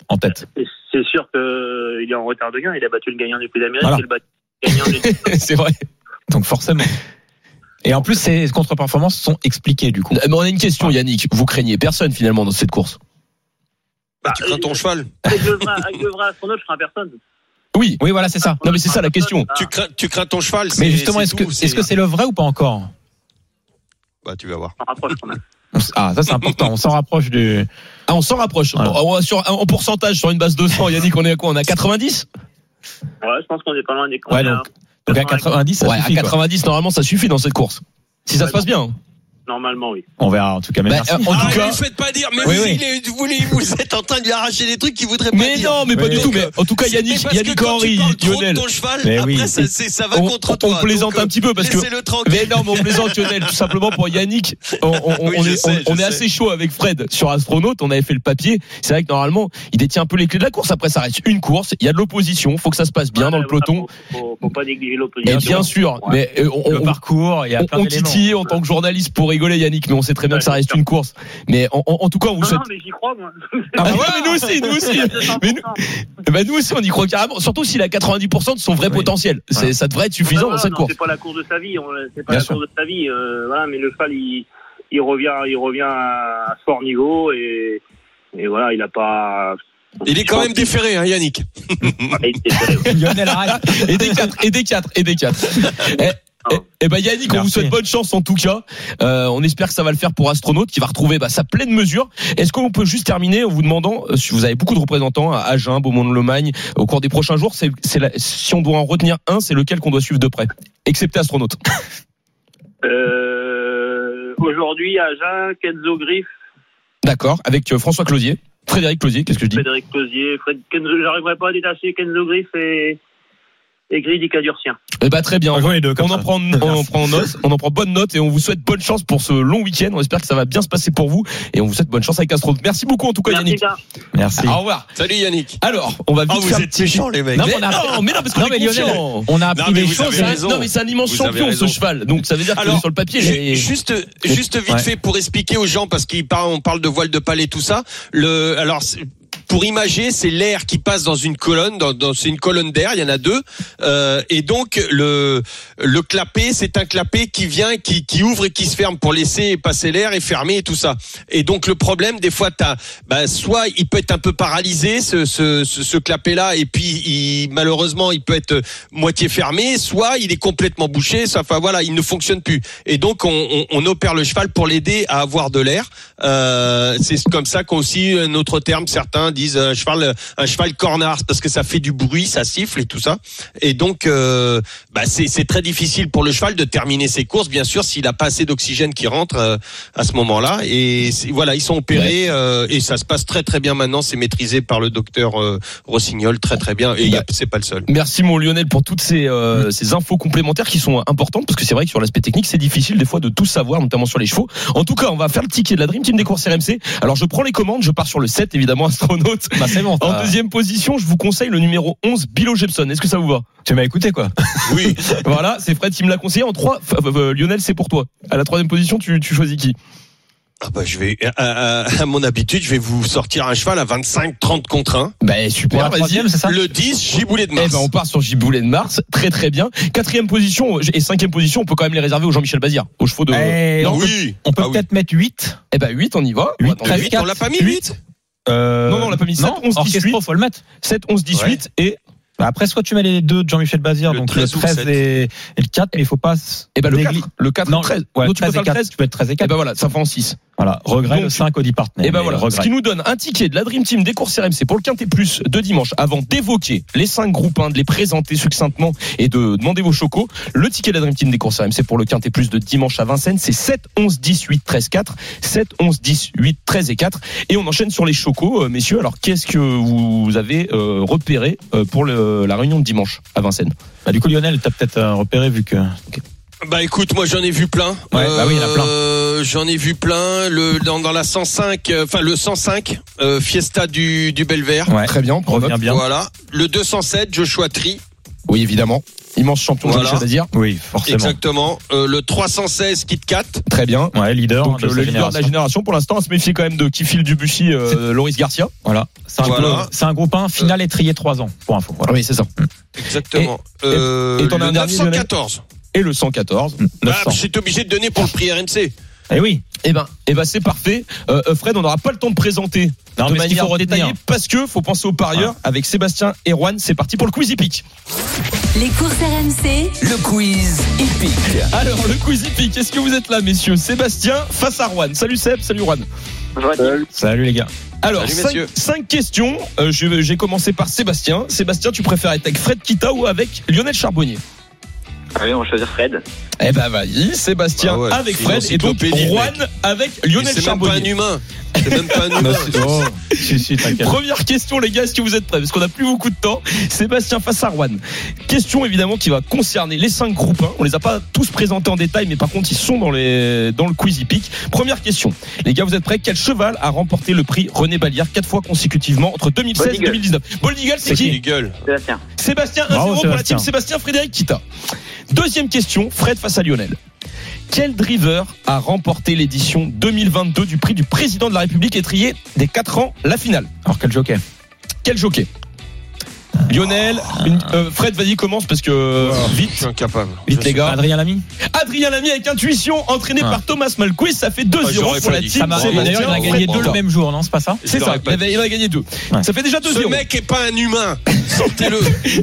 Speaker 5: en tête.
Speaker 8: C'est, c'est sûr qu'il est en retard de gain. Il a battu le gagnant du Prix d'Amérique.
Speaker 5: Voilà.
Speaker 8: Il a battu le gagnant du...
Speaker 4: C'est vrai.
Speaker 5: Donc forcément. Et en plus, ces contre-performances sont expliquées du coup.
Speaker 4: Mais on a une question, Yannick. Vous craignez personne finalement dans cette course?
Speaker 6: Bah, tu crains ton cheval.
Speaker 8: Avec le vrai, avec le vrai astronaute, je crains personne.
Speaker 4: Oui,
Speaker 5: Oui, voilà, c'est ça.
Speaker 4: non mais c'est ça la question.
Speaker 6: Tu crains, tu crains ton cheval.
Speaker 5: Mais
Speaker 6: c'est-
Speaker 5: justement,
Speaker 6: c'est
Speaker 5: est-ce que,
Speaker 6: tout,
Speaker 5: est-ce que c'est le vrai ou pas encore?
Speaker 6: Bah, tu vas voir.
Speaker 8: On rapproche quand même.
Speaker 5: Ah, ça c'est important. On s'en rapproche du.
Speaker 4: Ah, on s'en rapproche.
Speaker 5: Voilà.
Speaker 4: En, sur, en pourcentage sur une base de cent, Yannick, on est à quoi? On est à quatre-vingt-dix?
Speaker 8: Ouais, je pense qu'on est pas loin des
Speaker 5: Ouais, donc, donc à quatre-vingt-dix, ça
Speaker 4: Ouais,
Speaker 5: suffit.
Speaker 4: à quatre-vingt-dix, normalement, ça suffit dans cette course. Si ça
Speaker 8: Ouais,
Speaker 4: se passe bien.
Speaker 8: Normalement, oui.
Speaker 5: Quoi. On verra en tout cas. Mais
Speaker 4: Bah,
Speaker 5: merci.
Speaker 4: euh, en
Speaker 6: Ah,
Speaker 4: tout cas.
Speaker 6: ne faites pas dire, mais
Speaker 5: Oui,
Speaker 6: vous,
Speaker 5: oui.
Speaker 6: il est- vous, les- vous êtes en train de lui arracher des trucs qu'il voudrait pas
Speaker 4: Mais
Speaker 6: dire.
Speaker 4: non, mais pas
Speaker 5: Oui,
Speaker 4: du
Speaker 5: oui.
Speaker 4: tout. Mais en tout cas,
Speaker 6: C'est-
Speaker 4: Yannick,
Speaker 6: mais parce
Speaker 4: Yannick
Speaker 6: que quand
Speaker 4: Henry,
Speaker 6: tu parles trop
Speaker 4: Lionel.
Speaker 6: de ton cheval,
Speaker 5: Mais
Speaker 6: après,
Speaker 5: oui.
Speaker 6: ça, c'est- ça va
Speaker 4: On,
Speaker 6: contre
Speaker 4: on
Speaker 6: toi.
Speaker 4: plaisante
Speaker 6: Donc,
Speaker 4: un petit peu parce que.
Speaker 6: laissez-le tranquille.
Speaker 4: Mais non, mais on plaisante, Lionel, tout simplement pour Yannick. On, on-
Speaker 6: Oui,
Speaker 4: on
Speaker 6: je
Speaker 4: est,
Speaker 6: sais,
Speaker 4: on-
Speaker 6: je
Speaker 4: on est
Speaker 6: sais.
Speaker 4: assez chaud avec Fred sur Astronaute. On avait fait le papier. C'est vrai que normalement, il détient un peu les clés de la course. Après, ça reste une course. Il y a de l'opposition. Faut que ça se passe bien
Speaker 8: Ouais,
Speaker 4: dans le
Speaker 8: voilà,
Speaker 4: peloton.
Speaker 8: Faut, faut, faut pas négliger
Speaker 4: Et
Speaker 8: l'opposition.
Speaker 4: bien sûr.
Speaker 8: Ouais.
Speaker 4: Mais euh, on,
Speaker 5: Le
Speaker 4: on-
Speaker 5: parcours, il y a
Speaker 4: on,
Speaker 5: plein
Speaker 4: on
Speaker 5: d'éléments.
Speaker 4: titille en tant que journaliste pour rigoler, Yannick. Mais on sait très bien
Speaker 8: Ouais,
Speaker 4: que ça
Speaker 8: c'est
Speaker 4: reste
Speaker 8: sûr.
Speaker 4: une course. Mais en, en- en tout cas, on vous
Speaker 8: Non,
Speaker 4: souhaite.
Speaker 8: non, mais j'y crois, moi.
Speaker 4: Ah bah ouais, mais nous aussi, nous aussi. Mais nous, bah nous aussi, on y croit carrément. Surtout s'il a quatre-vingt-dix pour cent de son vrai
Speaker 5: Oui.
Speaker 4: potentiel. C'est,
Speaker 5: Voilà.
Speaker 4: ça devrait être suffisant
Speaker 8: Voilà,
Speaker 4: dans cette
Speaker 8: non,
Speaker 4: course.
Speaker 8: C'est pas la course de sa vie. on- C'est pas
Speaker 5: Bien
Speaker 8: la
Speaker 5: sûr.
Speaker 8: course de sa vie. euh, voilà, mais le cheval, il, il revient, il revient à fort niveau et, et voilà, il a pas.
Speaker 6: Il est quand même déféré, hein, Yannick.
Speaker 8: Ouais, il était sérieux.
Speaker 5: Lionel, arrête.
Speaker 4: Et des quatre, et des quatre, et des quatre. Et, et, et ben Yannick, on
Speaker 5: Merci.
Speaker 4: vous souhaite bonne chance en tout cas. Euh, on espère que ça va le faire pour Astronaute, qui va retrouver bah, sa pleine mesure. Est-ce qu'on peut juste terminer en vous demandant, euh, si vous avez beaucoup de représentants à Agen, Beaumont-de-Lomagne, au cours des prochains jours, c'est, c'est la, si on doit en retenir un, c'est lequel qu'on doit suivre de près, excepté Astronaute.
Speaker 8: Euh, aujourd'hui, à Agen, Kenzo Griff,
Speaker 4: D'accord, avec euh, François Closier, Frédéric Closier, qu'est-ce que je dis?
Speaker 8: Frédéric Closier, Fred, Kenzo, j'arriverai pas à détacher Kenzo Griff et, et Gridi Cadurcien.
Speaker 4: Eh ben très bien.
Speaker 5: On joue les deux comme
Speaker 4: On en
Speaker 5: ça.
Speaker 4: prend, on en prend note, on en prend bonne note et on vous souhaite bonne chance pour ce long week-end. On espère que ça va bien se passer pour vous et on vous souhaite bonne chance avec Astronaute. Merci beaucoup en tout cas,
Speaker 8: Merci,
Speaker 4: Yannick.
Speaker 8: gars.
Speaker 5: Merci.
Speaker 4: Au revoir.
Speaker 6: Salut, Yannick.
Speaker 4: Alors, on va vite
Speaker 6: Ah, vous
Speaker 4: faire.
Speaker 6: êtes méchants, les mecs.
Speaker 4: Non, mais
Speaker 5: on a-
Speaker 4: non, mais non, parce qu'on
Speaker 5: Non,
Speaker 4: est
Speaker 5: mais Lionel,
Speaker 4: confiant.
Speaker 5: on a appris
Speaker 6: Non, mais
Speaker 5: des
Speaker 6: vous
Speaker 5: choses.
Speaker 6: avez
Speaker 4: C'est un-
Speaker 6: raison.
Speaker 4: non, mais c'est un immense
Speaker 6: Vous avez
Speaker 4: champion
Speaker 6: raison.
Speaker 4: ce cheval. Donc ça veut dire que
Speaker 6: Alors,
Speaker 4: sur le papier,
Speaker 6: ju-
Speaker 4: j'ai-
Speaker 6: juste, juste vite
Speaker 5: Ouais.
Speaker 6: fait pour expliquer aux gens parce qu'on parle, on parle de voile de palais, tout ça. Le, alors. c'est- Pour imager, c'est l'air qui passe dans une colonne, dans, dans c'est une colonne d'air, il y en a deux, euh, et donc le le clapet, c'est un clapet qui vient, qui qui ouvre et qui se ferme pour laisser passer l'air et fermer et tout ça. Et donc le problème, des fois, t'as, bah, soit il peut être un peu paralysé ce ce ce, ce clapet là, et puis il, malheureusement il peut être moitié fermé, soit il est complètement bouché, soit, enfin voilà, il ne fonctionne plus. Et donc on, on, on opère le cheval pour l'aider à avoir de l'air. Euh, c'est comme ça qu'aussi un autre terme, certains disent un cheval, un cheval cornard parce que ça fait du bruit, ça siffle et tout ça. Et donc, euh, bah c'est, c'est très difficile pour le cheval de terminer ses courses, bien sûr, s'il a pas assez d'oxygène qui rentre euh, à ce moment-là. Et c'est, voilà, ils sont opérés euh, et ça se passe très très bien maintenant. C'est maîtrisé par le docteur euh, Rossignol, très très bien. Et il y a, c'est pas le seul.
Speaker 4: Merci mon Lionel pour toutes ces, euh, ces infos complémentaires qui sont importantes parce que c'est vrai que sur l'aspect technique c'est difficile des fois de tout savoir, notamment sur les chevaux. En tout cas, on va faire le ticket de la Dream Team des courses R M C. Alors je prends les commandes, je pars sur le sept évidemment, Astronaute.
Speaker 5: Bah, c'est bon.
Speaker 4: En
Speaker 5: ça.
Speaker 4: deuxième position, je vous conseille le numéro onze, Bilo Jepson. Est-ce que ça vous va?
Speaker 5: Tu m'as écouté quoi?
Speaker 6: Oui.
Speaker 4: Voilà, c'est Fred qui me l'a conseillé. En trois, euh, euh, Lionel, c'est pour toi. À la troisième position, tu, tu choisis qui?
Speaker 6: Ah bah je vais, à, à, à mon habitude, je vais vous sortir un cheval à vingt-cinq trente contre un.
Speaker 4: Bah
Speaker 5: Pour
Speaker 4: super,
Speaker 5: la
Speaker 4: vas-y.
Speaker 5: troisième, c'est ça?
Speaker 6: Le dix, Giboulet de
Speaker 4: Eh
Speaker 6: Mars.
Speaker 4: ben on part sur Giboulet de Mars, très très bien. Quatrième position et cinquième position, on peut quand même les réserver au Jean-Michel Bazir, aux chevaux de.
Speaker 5: Eh,
Speaker 4: non,
Speaker 5: on peut-
Speaker 6: oui.
Speaker 5: On peut
Speaker 6: Ah oui.
Speaker 5: peut-être mettre huit.
Speaker 4: Eh ben huit, on y va.
Speaker 5: Huit,
Speaker 4: Attends,
Speaker 5: treize,
Speaker 6: Huit, on l'a pas mis huit.
Speaker 5: Euh,
Speaker 4: Non, non, on l'a pas mis. sept,
Speaker 5: Non,
Speaker 4: onze, dix-huit.
Speaker 5: Orchestro, faut le mettre.
Speaker 4: sept, onze, dix-huit et
Speaker 5: Bah, après, soit tu mets les deux de Jean-Michel Bazir,
Speaker 6: Le
Speaker 5: donc
Speaker 6: treize
Speaker 5: le
Speaker 6: ou
Speaker 5: treize
Speaker 6: sept.
Speaker 5: et, et le quatre, mais il faut pas.
Speaker 4: eh ben le
Speaker 5: négli-
Speaker 4: quatre, le quatre,
Speaker 5: Non,
Speaker 4: treize.
Speaker 5: ouais,
Speaker 4: Non, tu peux
Speaker 5: treize
Speaker 4: faire
Speaker 5: et
Speaker 4: le
Speaker 5: quatre,
Speaker 4: treize.
Speaker 5: tu peux être treize et
Speaker 4: Eh
Speaker 5: quatre.
Speaker 4: ben voilà, ça fait en six.
Speaker 5: Voilà. Regret
Speaker 4: Donc,
Speaker 5: le cinq Audi Partner.
Speaker 4: Et ben
Speaker 5: mais
Speaker 4: voilà,
Speaker 5: regret.
Speaker 4: ce qui nous donne un ticket de la Dream Team des courses R M C pour le Quintet Plus de dimanche. Avant d'évoquer les cinq groupes un, de les présenter succinctement et de demander vos chocos, le ticket de la Dream Team des courses R M C pour le Quintet Plus de dimanche à Vincennes, c'est sept, onze, dix-huit, treize, quatre. sept, onze, dix-huit, treize et quatre. Et on enchaîne sur les chocos, euh, messieurs. Alors, qu'est-ce que vous avez euh, repéré euh, pour le, la réunion de dimanche à Vincennes?
Speaker 5: Bah, du coup, Lionel, t'as peut-être euh, repéré vu que.
Speaker 6: Bah écoute, moi j'en ai vu plein.
Speaker 5: Ouais, bah oui, il y en a plein.
Speaker 6: Euh, j'en ai vu plein. Le dans, dans la cent cinq, euh, enfin le cent cinq, euh, Fiesta du du Belvert.
Speaker 5: Ouais.
Speaker 4: Très bien, on prend
Speaker 5: Reviens
Speaker 4: note.
Speaker 5: bien.
Speaker 6: Voilà. Le deux cent sept, Joshua Tree.
Speaker 4: Oui, évidemment. Immense champion,
Speaker 6: Voilà.
Speaker 4: j'ai chose à dire.
Speaker 5: Oui, forcément.
Speaker 6: Exactement. Euh, le trois cent seize Kit Kat.
Speaker 4: Très bien.
Speaker 5: Ouais, leader.
Speaker 4: Donc
Speaker 5: de
Speaker 4: le
Speaker 5: sa
Speaker 4: leader de la
Speaker 5: génération.
Speaker 4: génération pour l'instant, on se méfie quand même de qui file Debussy, euh, Loris Garcia.
Speaker 5: Voilà. C'est un,
Speaker 6: Voilà.
Speaker 5: groupe, c'est un groupe un, finale étrié trois ans, pour info. Voilà.
Speaker 4: Oui, c'est ça.
Speaker 6: Exactement.
Speaker 4: Et-
Speaker 6: euh,
Speaker 4: et t'en as
Speaker 6: le
Speaker 4: un dernier,
Speaker 6: neuf cent quatorze.
Speaker 4: Et le cent quatorze.
Speaker 6: Ah,
Speaker 5: neuf cents.
Speaker 6: j'étais obligé de donner pour le prix R M C.
Speaker 5: Eh oui.
Speaker 4: Eh ben, eh ben c'est parfait. Euh, euh, Fred, on n'aura pas le temps de présenter
Speaker 5: Non,
Speaker 4: de
Speaker 5: mais ce qu'il
Speaker 4: manière
Speaker 5: faut retenir.
Speaker 4: détaillée parce que faut penser aux parieurs avec Sébastien et Juan. C'est parti pour le quiz hippique.
Speaker 3: Les courses R M C,
Speaker 1: Le quiz hippique.
Speaker 4: Alors le quiz hippique, est-ce que vous êtes là, messieurs? Sébastien face à Juan. Salut Seb, salut Juan.
Speaker 5: Salut les gars.
Speaker 4: Alors
Speaker 6: Salut,
Speaker 4: cinq,
Speaker 6: messieurs.
Speaker 4: cinq questions. Euh, je- j'ai commencé par Sébastien. Sébastien, tu préfères être avec Fred Kita ou avec Lionel Charbonnier?
Speaker 8: Allez, on va choisir Fred.
Speaker 4: Eh ben vas-y, Sébastien
Speaker 6: Ah ouais,
Speaker 4: avec
Speaker 6: c'est
Speaker 4: Fred
Speaker 6: une
Speaker 4: et donc
Speaker 6: encyclopédie,
Speaker 4: Juan
Speaker 6: mec.
Speaker 4: avec
Speaker 6: Mais
Speaker 4: Lionel
Speaker 6: c'est même pas un
Speaker 4: Charbonnier.
Speaker 6: humain. C'est même pas un humain.
Speaker 5: Oh, si, si, t'inquiète.
Speaker 4: Première question, les gars, est-ce que vous êtes prêts? Parce qu'on n'a plus beaucoup de temps. Sébastien face à Juan. Question évidemment qui va concerner les cinq groupes un. On les a pas tous présentés en détail, mais par contre ils sont dans les dans le quiz hippique. Première question, les gars, vous êtes prêts? Quel cheval a remporté le prix René Ballière quatre fois consécutivement entre deux mille seize et
Speaker 8: Bold Eagle.
Speaker 4: deux mille dix-neuf? Bold Eagle, c'est
Speaker 6: C'est
Speaker 4: qui?
Speaker 6: qui gueule?
Speaker 8: Sébastien.
Speaker 4: Sébastien, un zéro
Speaker 5: Bravo,
Speaker 4: pour la
Speaker 5: Sébastien.
Speaker 4: team Sébastien. Frédéric Kita. Deuxième question, Fred face à Lionel. Quel driver a remporté l'édition deux mille vingt-deux du prix du président de la République et trié des quatre ans la finale?
Speaker 5: Alors quel jockey?
Speaker 4: Quel jockey? Lionel, une- euh, Fred, vas-y, commence parce que euh,
Speaker 6: Je
Speaker 4: vite,
Speaker 6: suis incapable.
Speaker 4: vite
Speaker 6: Je
Speaker 4: les
Speaker 6: sais
Speaker 4: gars.
Speaker 5: Adrien Lamy.
Speaker 4: Adrien Lamy avec intuition, entraîné
Speaker 5: Ah.
Speaker 4: par Thomas Malquiz, ça fait deux zéro
Speaker 6: j'aurais
Speaker 4: pour
Speaker 6: pas
Speaker 4: la
Speaker 6: dit.
Speaker 4: team.
Speaker 5: Ça m'a-
Speaker 4: Sébastien,
Speaker 5: D'ailleurs, il en a
Speaker 4: Fred
Speaker 5: gagné deux
Speaker 4: Kita.
Speaker 5: le même jour, non? C'est pas ça?
Speaker 4: C'est
Speaker 6: Je
Speaker 4: ça,
Speaker 6: l'aurais
Speaker 4: il
Speaker 6: pas
Speaker 4: avait, il en a gagné deux.
Speaker 5: Ouais.
Speaker 4: Ça fait déjà deux
Speaker 6: Ce
Speaker 4: zéro.
Speaker 6: mec est pas un humain. Sortez-le.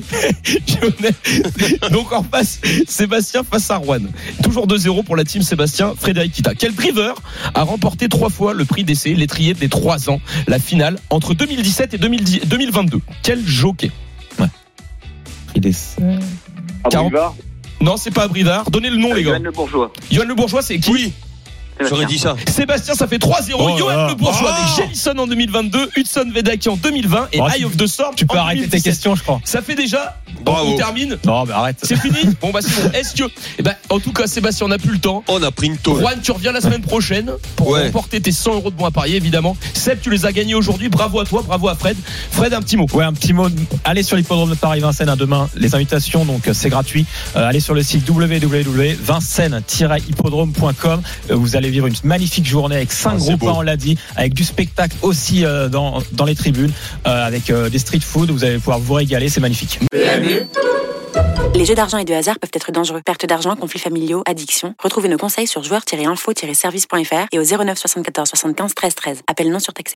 Speaker 4: Donc on repasse Sébastien face à Juan. Toujours deux zéro pour la team Sébastien. Frédéric Kita. Quel driver a remporté trois fois le prix d'essai, l'étrier des trois ans, la finale entre deux mille dix-sept et deux mille dix deux mille vingt-deux? Quel jockey?
Speaker 5: Il est...
Speaker 4: quarante. Non, c'est pas Abrivard. Donnez le nom, les gars.
Speaker 8: Johan Le Bourgeois.
Speaker 4: Johan Le Bourgeois, c'est qui?
Speaker 6: Oui, j'aurais dit ça.
Speaker 4: Sébastien, ça fait trois zéro.
Speaker 5: Oh
Speaker 4: Johan
Speaker 5: là.
Speaker 4: Le Bourgeois
Speaker 6: Oh.
Speaker 4: avec Jellison en deux mille vingt-deux, Hudson Vedaki en deux mille vingt et
Speaker 5: Oh,
Speaker 4: Eye
Speaker 5: tu-
Speaker 4: of the Storm
Speaker 5: Tu peux
Speaker 4: en
Speaker 5: arrêter tes
Speaker 4: deux mille dix-sept.
Speaker 5: questions, je crois.
Speaker 4: Ça fait déjà.
Speaker 6: Bravo.
Speaker 4: On termine.
Speaker 5: Non, mais arrête.
Speaker 4: C'est fini. Bon bah c'est bon. Est-ce que, eh ben, en tout cas, Sébastien, on n'a plus le temps.
Speaker 6: On a pris une tôle.
Speaker 4: Juan, tu reviens la semaine prochaine pour
Speaker 6: Ouais.
Speaker 4: remporter tes cent euros de bons à parier, évidemment. Seb, tu les as gagnés aujourd'hui. Bravo à toi, bravo à Fred. Fred, un petit mot.
Speaker 5: Ouais, un petit mot. Allez sur l'hippodrome de Paris-Vincennes hein, demain. Les invitations, donc euh, c'est gratuit. Euh, allez sur le site w w w point vincennes tiret hippodrome point com. Euh, vous allez vivre une magnifique journée avec cinq
Speaker 6: Ah, c'est
Speaker 5: groupes,
Speaker 6: beau.
Speaker 5: hein, on l'a dit, avec du spectacle aussi euh, dans dans les tribunes, euh, avec euh, des street food. Vous allez pouvoir vous régaler, c'est magnifique.
Speaker 2: Les jeux d'argent et de hasard peuvent être dangereux. Perte d'argent, conflits familiaux, addiction. Retrouvez nos conseils sur joueurs tiret info tiret service point f r et au zéro neuf soixante-quatorze soixante-quinze treize treize. Appel non surtaxé.